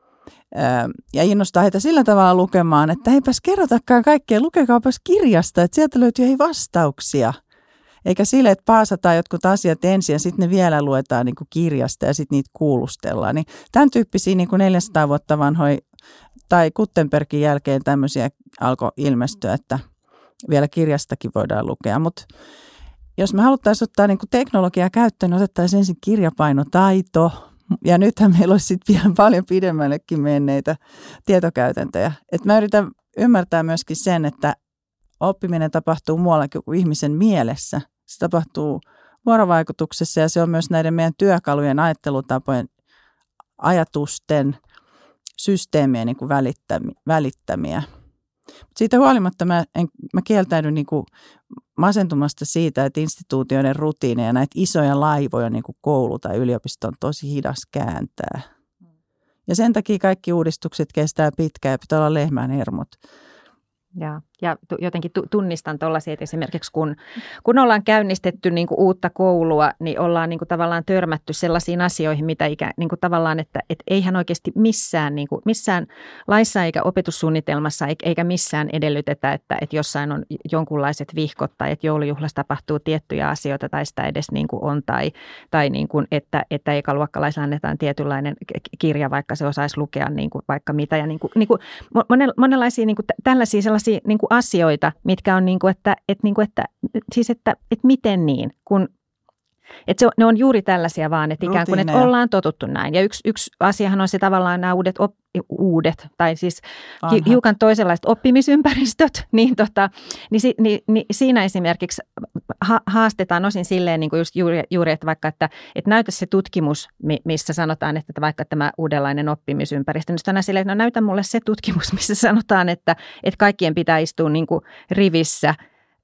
Ja innostaa heitä sillä tavalla lukemaan, että eipäs kerrotakaan kaikkea, lukekaapas kirjasta, että sieltä löytyy hei vastauksia. Eikä sille, että paasataan jotkut asiat ensin ja sitten ne vielä luetaan niin kuin kirjasta ja sitten niitä kuulustellaan. Niin tämän tyyppisiä niin kuin neljäsataa vuotta vanhoja tai Gutenbergin jälkeen tämmöisiä alkoi ilmestyä, että vielä kirjastakin voidaan lukea. Mutta jos me haluttaisiin ottaa niin kuin teknologiaa käyttöön, niin otettaisiin ensin kirjapainotaito. Ja nythän meillä olisi sitten vielä paljon pidemmällekin menneitä tietokäytäntöjä. Et mä yritän ymmärtää myöskin sen, että oppiminen tapahtuu muuallakin kuin ihmisen mielessä. Se tapahtuu vuorovaikutuksessa ja se on myös näiden meidän työkalujen, ajattelutapojen, ajatusten, systeemien niin kuin välittämiä. Siitä huolimatta mä, en, mä kieltäydyn niin kuin masentumasta siitä, että instituutioiden rutiineja, näitä isoja laivoja niin kuin koulu tai yliopisto on tosi hidas kääntää. Ja sen takia kaikki uudistukset kestää pitkään ja pitää olla lehmän hermot. Ja, ja jotenkin tunnistan tuollaisia, että esimerkiksi kun, kun ollaan käynnistetty niin kuin uutta koulua, niin ollaan niin kuin tavallaan törmätty sellaisiin asioihin, mitä ikä, niin kuin tavallaan, että et eihän oikeasti missään, niin kuin, missään laissa eikä opetussuunnitelmassa eikä missään edellytetä, että, että jossain on jonkunlaiset vihkot tai että joulujuhlassa tapahtuu tiettyjä asioita tai sitä edes niin kuin on tai, tai niin kuin, että, että ekaluokkalaisille annetaan tietynlainen kirja, vaikka se osaisi lukea niin kuin vaikka mitä ja niin kuin, niin kuin monenlaisia niin kuin tällaisia sellaisia niin kuin asioita, mitkä on niin kuin, että, että, niin kuin, että, siis että, että miten niin, kun että se, ne on juuri tällaisia vaan, että ikään kuin, että ollaan totuttu näin. Ja yksi, yksi asiahan on se tavallaan nämä uudet, op, uudet tai siis hi, hiukan toisenlaiset oppimisympäristöt, niin, tota, niin, si, niin, niin siinä esimerkiksi ha, haastetaan osin silleen niin kuin just juuri, juuri, että vaikka, että, että näytä se tutkimus, missä sanotaan, että vaikka tämä uudenlainen oppimisympäristö, niin sitten silleen, että no näytä mulle se tutkimus, missä sanotaan, että, että kaikkien pitää istua niin kuin rivissä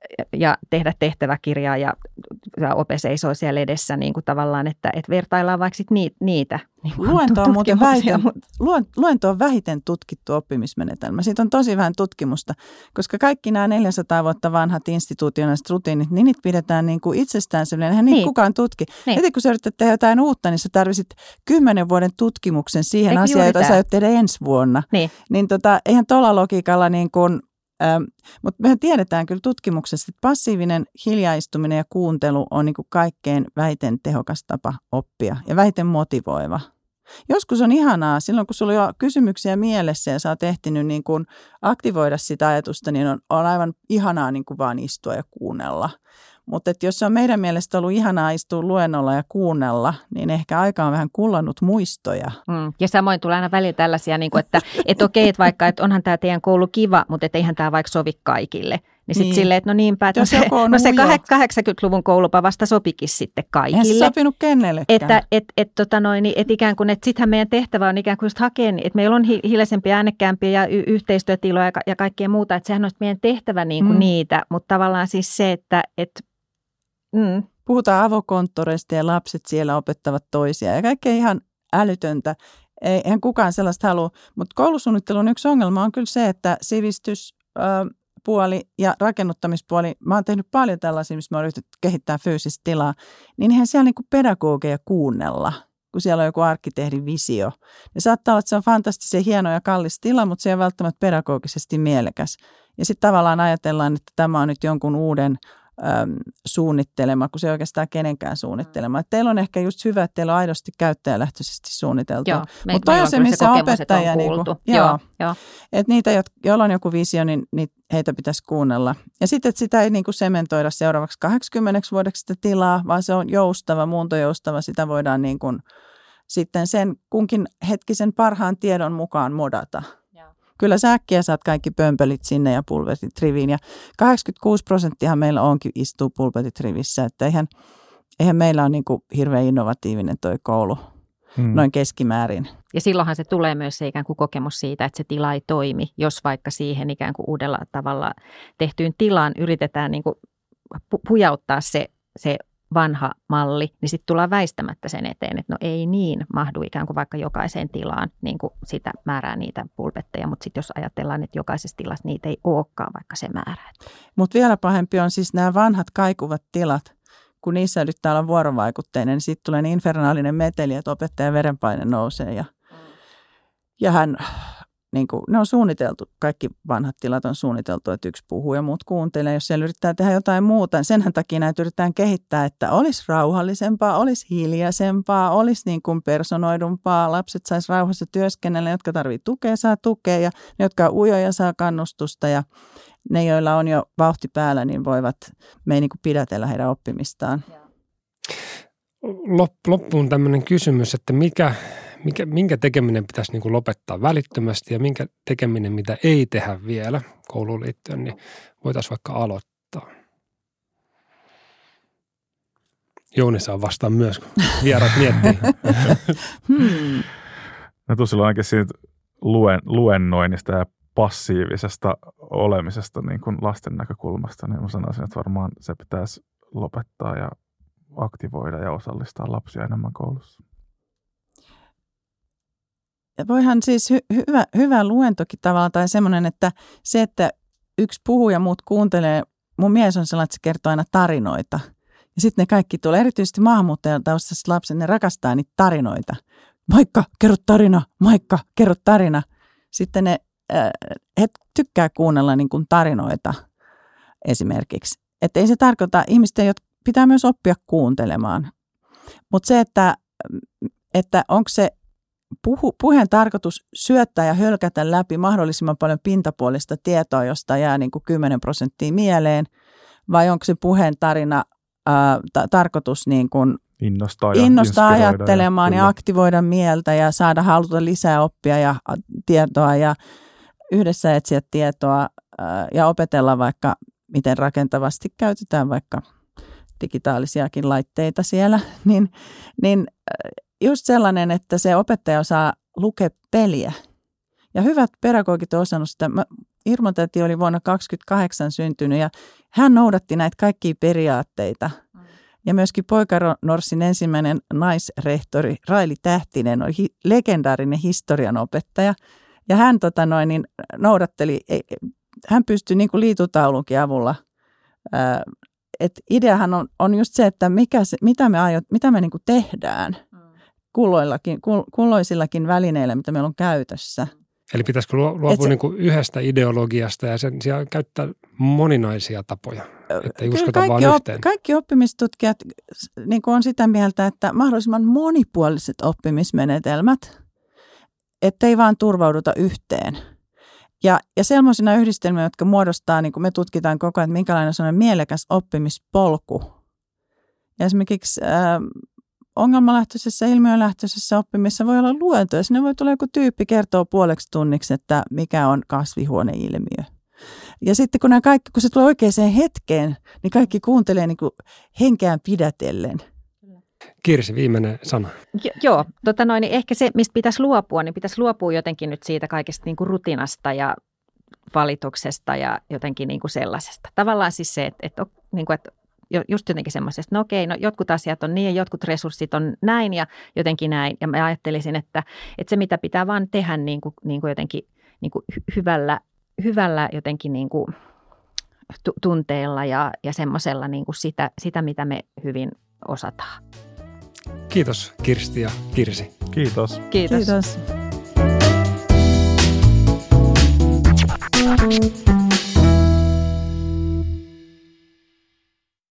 ja tehdä tehtäväkirjaa ja, ja ope seisoo siellä edessä niin kuin tavallaan, että, että vertaillaan vaikka sit niitä. niitä niin luento, on muuten vähiten, luento on vähiten tutkittu oppimismenetelmä. Siitä on tosi vähän tutkimusta, koska kaikki nämä neljäsataa vuotta vanhat institutionaaliset rutiinit, niin niitä pidetään niin kuin itsestäänselvänä. Eihän niitä niin. kukaan tutki. Niin. Heti kun sä yrität tehdä jotain uutta, niin sä tarvitset kymmenen vuoden tutkimuksen siihen Eikö asiaan, jota sä aiot tehdä ensi vuonna. Niin, niin tota, eihän tuolla logiikalla niin kuin Ähm, mutta mehän tiedetään kyllä tutkimuksessa, että passiivinen hiljaistuminen ja kuuntelu on niin kuin kaikkein vähiten tehokas tapa oppia ja vähiten motivoiva. Joskus on ihanaa, silloin kun sulla on jo kysymyksiä mielessä ja sä oot ehtinyt niin kuin aktivoida sitä ajatusta, niin on, on aivan ihanaa niin kuin vaan istua ja kuunnella. Mutta jos se on meidän mielestä ollut ihanaa istua luennolla ja kuunnella, niin ehkä aika on vähän kullannut muistoja. Mm. Ja samoin tulee aina välillä tällaisia, niin kuin, että et okei, että vaikka että onhan tämä teidän koulu kiva, mutta et eihän tämä vaikka sovi kaikille. Niin sitten niin. silleen, että no niinpä, että no se, no se kahdeksankymmentäluvun koulupa vasta sopikin sitten kaikille. Eihän se sopinut kenellekään. Että et, et, tota noin, et ikään kuin, että sittenhän meidän tehtävä on ikään kuin just hakea, että meillä on hiljaisempia, äänekkäämpiä ja y- yhteistyötiloja ja, ja kaikkea muuta. Että sehän on meidän tehtävä niin kuin mm. niitä, mutta tavallaan siis se, että et, mm. puhutaan avokonttoreista ja lapset siellä opettavat toisia ja kaikkea ihan älytöntä. Ei, eihän kukaan sellaista halua, mutta koulusuunnittelun yksi ongelma on kyllä se, että sivistyspuoli ja rakennuttamispuoli, mä oon tehnyt paljon tällaisia, missä mä oon yritetty kehittää fyysistä tilaa, niin eihän siellä niinku pedagogeja kuunnella, kun siellä on joku arkkitehdin visio. Ja saattaa olla, että se on fantastisen hieno ja kallis tila, mutta se ei ole välttämättä pedagogisesti mielekäs. Ja sitten tavallaan ajatellaan, että tämä on nyt jonkun uuden äm, suunnittelema, kun se ei oikeastaan kenenkään suunnittelema. Et teillä on ehkä just hyvä, että teillä on aidosti käyttäjälähtöisesti suunniteltu. Mutta toi on se, missä opettaja, niin kuin, joo, joo. Että niitä, joilla on joku visio, niin, niin heitä pitäisi kuunnella. Ja sitten, että sitä ei niin kuin sementoida seuraavaksi kahdeksankymmentä vuodeksi sitä tilaa, vaan se on joustava, muuntojoustava, sitä voidaan niin kuin sitten sen kunkin hetkisen parhaan tiedon mukaan modata. Kyllä sä äkkiä saat kaikki pömpölit sinne ja pulpetit riviin. Ja kahdeksankymmentäkuusi prosenttia meillä onkin istuu pulpetit rivissä. Että eihän, eihän meillä ole niin kuin hirveän innovatiivinen toi koulu hmm. noin keskimäärin. Ja silloinhan se tulee myös se ikään kuin kokemus siitä, että se tila ei toimi, jos vaikka siihen ikään kuin uudella tavalla tehtyyn tilaan yritetään niin kuin pujauttaa se, se vanha malli, niin sitten tullaan väistämättä sen eteen, että no ei niin mahdu ikään kuin vaikka jokaiseen tilaan niin kuin sitä määrää niitä pulpetteja, mutta sitten jos ajatellaan, että jokaisessa tilassa niitä ei olekaan vaikka se määrä. Mutta vielä pahempi on siis nämä vanhat kaikuvat tilat, kun niissä yrittää olla vuorovaikutteinen, niin sitten tulee niin infernaalinen meteli, että opettajan verenpaine nousee ja, mm. ja hän... Niin kuin, ne on suunniteltu, kaikki vanhat tilat on suunniteltu, että yksi puhuu ja muut kuuntelee. Jos siellä yrittää tehdä jotain muuta, senhän takia näitä yritetään kehittää, että olisi rauhallisempaa, olisi hiljaisempaa, olisi niin kuin personoidumpaa. Lapset sais rauhassa työskennellä, jotka tarvitsee tukea, saa tukea ja ne, jotka on ujoja, saa kannustusta ja ne, joilla on jo vauhti päällä, niin voivat me ei niin kuin pidätellä heidän oppimistaan. Loppuun tämmöinen kysymys, että mikä... Mikä, minkä tekeminen pitäisi niin kuin lopettaa välittömästi ja minkä tekeminen, mitä ei tehdä vielä kouluun liittyen, niin voitaisiin vaikka aloittaa. Jouni saa vastaan myös, kun vierat miettii. hmm. No tosiaan ainakin siitä luen, luennoinnista ja passiivisesta olemisesta niin kuin lasten näkökulmasta, niin mä sanoisin, että varmaan se pitäisi lopettaa ja aktivoida ja osallistaa lapsia enemmän koulussa. Voihan siis hy- hyvä, hyvä luentokin tavallaan tai semmoinen, että se, että yksi puhuu ja muut kuuntelee, mun mies on sellainen, että se kertoo aina tarinoita. Ja sitten ne kaikki tulee, erityisesti maahanmuuttajataustaiset lapset, ne rakastaa niitä tarinoita. Maikka, kerro tarina, Maikka, kerro tarina. Sitten ne, äh, he tykkää kuunnella niin kuin tarinoita esimerkiksi. Että ei se tarkoita, ihmisten pitää myös oppia kuuntelemaan. Mutta se, että, että onko se Puhu, puheen tarkoitus syöttää ja hölkätä läpi mahdollisimman paljon pintapuolista tietoa, josta jää niin kuin kymmenen prosenttia mieleen, vai onko se puheen tarina ää, ta- tarkoitus niin kuin innostaa, ja innostaa ajattelemaan ja, ja aktivoida mieltä ja saada haluta lisää oppia ja tietoa ja yhdessä etsiä tietoa ää, ja opetella vaikka, miten rakentavasti käytetään vaikka digitaalisiakin laitteita siellä, niin, niin just sellainen, että se opettaja osaa lukea peliä. Ja hyvät pedagogit on osannut sitä. Mä, Irma täti oli vuonna kaksikymmentäkahdeksan syntynyt ja hän noudatti näitä kaikkia periaatteita. Mm. Ja myöskin Poikanorsin ensimmäinen naisrehtori Raili Tähtinen oli hi, legendaarinen historian opettaja. Ja hän tota noin, niin noudatteli, hän pystyi niin kuin liitutaulunkin avulla. Ää, et ideahan on, on just se, että mikä se, mitä me, aiot, mitä me niin kuin tehdään. Kulloillakin, kulloisillakin välineillä, mitä meillä on käytössä. Eli pitäisikö luopua se, niin kuin yhdestä ideologiasta ja sen siellä käyttää moninaisia tapoja, että ei uskota vaan op, yhteen? Kaikki oppimistutkijat niin kuin on sitä mieltä, että mahdollisimman monipuoliset oppimismenetelmät, ettei vaan turvauduta yhteen. Ja, ja sellaisina yhdistelmiä, jotka muodostaa, niin kuin me tutkitaan koko ajan, että minkälainen on mielekäs oppimispolku. Ja esimerkiksi Äh, ongelmalähtöisessä, ilmiölähtöisessä oppimisessa voi olla luentoja. Sinne voi tulla joku tyyppi kertoo puoleksi tunniksi, että mikä on kasvihuoneilmiö. Ja sitten kun, nämä kaikki, kun se tulee oikeaan hetkeen, niin kaikki kuuntelee niin kuin henkeään pidätellen. Kirsi, viimeinen sana. Jo, joo, tota noin, niin ehkä se, mistä pitäisi luopua, niin pitäisi luopua jotenkin nyt siitä kaikesta niin kuin rutinasta ja valituksesta ja jotenkin niin kuin sellaisesta. Tavallaan siis se, että, että, niin kuin, että just jotenkin semmoisesta, no okei, no jotkut asiat on niin ja jotkut resurssit on näin ja jotenkin näin. Ja mä ajattelisin, että, että se mitä pitää vaan tehdä niin kuin, niin kuin jotenkin niin kuin hyvällä, hyvällä jotenkin niin kuin tunteella ja, ja semmoisella niin kuin sitä, sitä, mitä me hyvin osataan. Kiitos Kirsti ja Kirsi. Kiitos. Kiitos. Kiitos.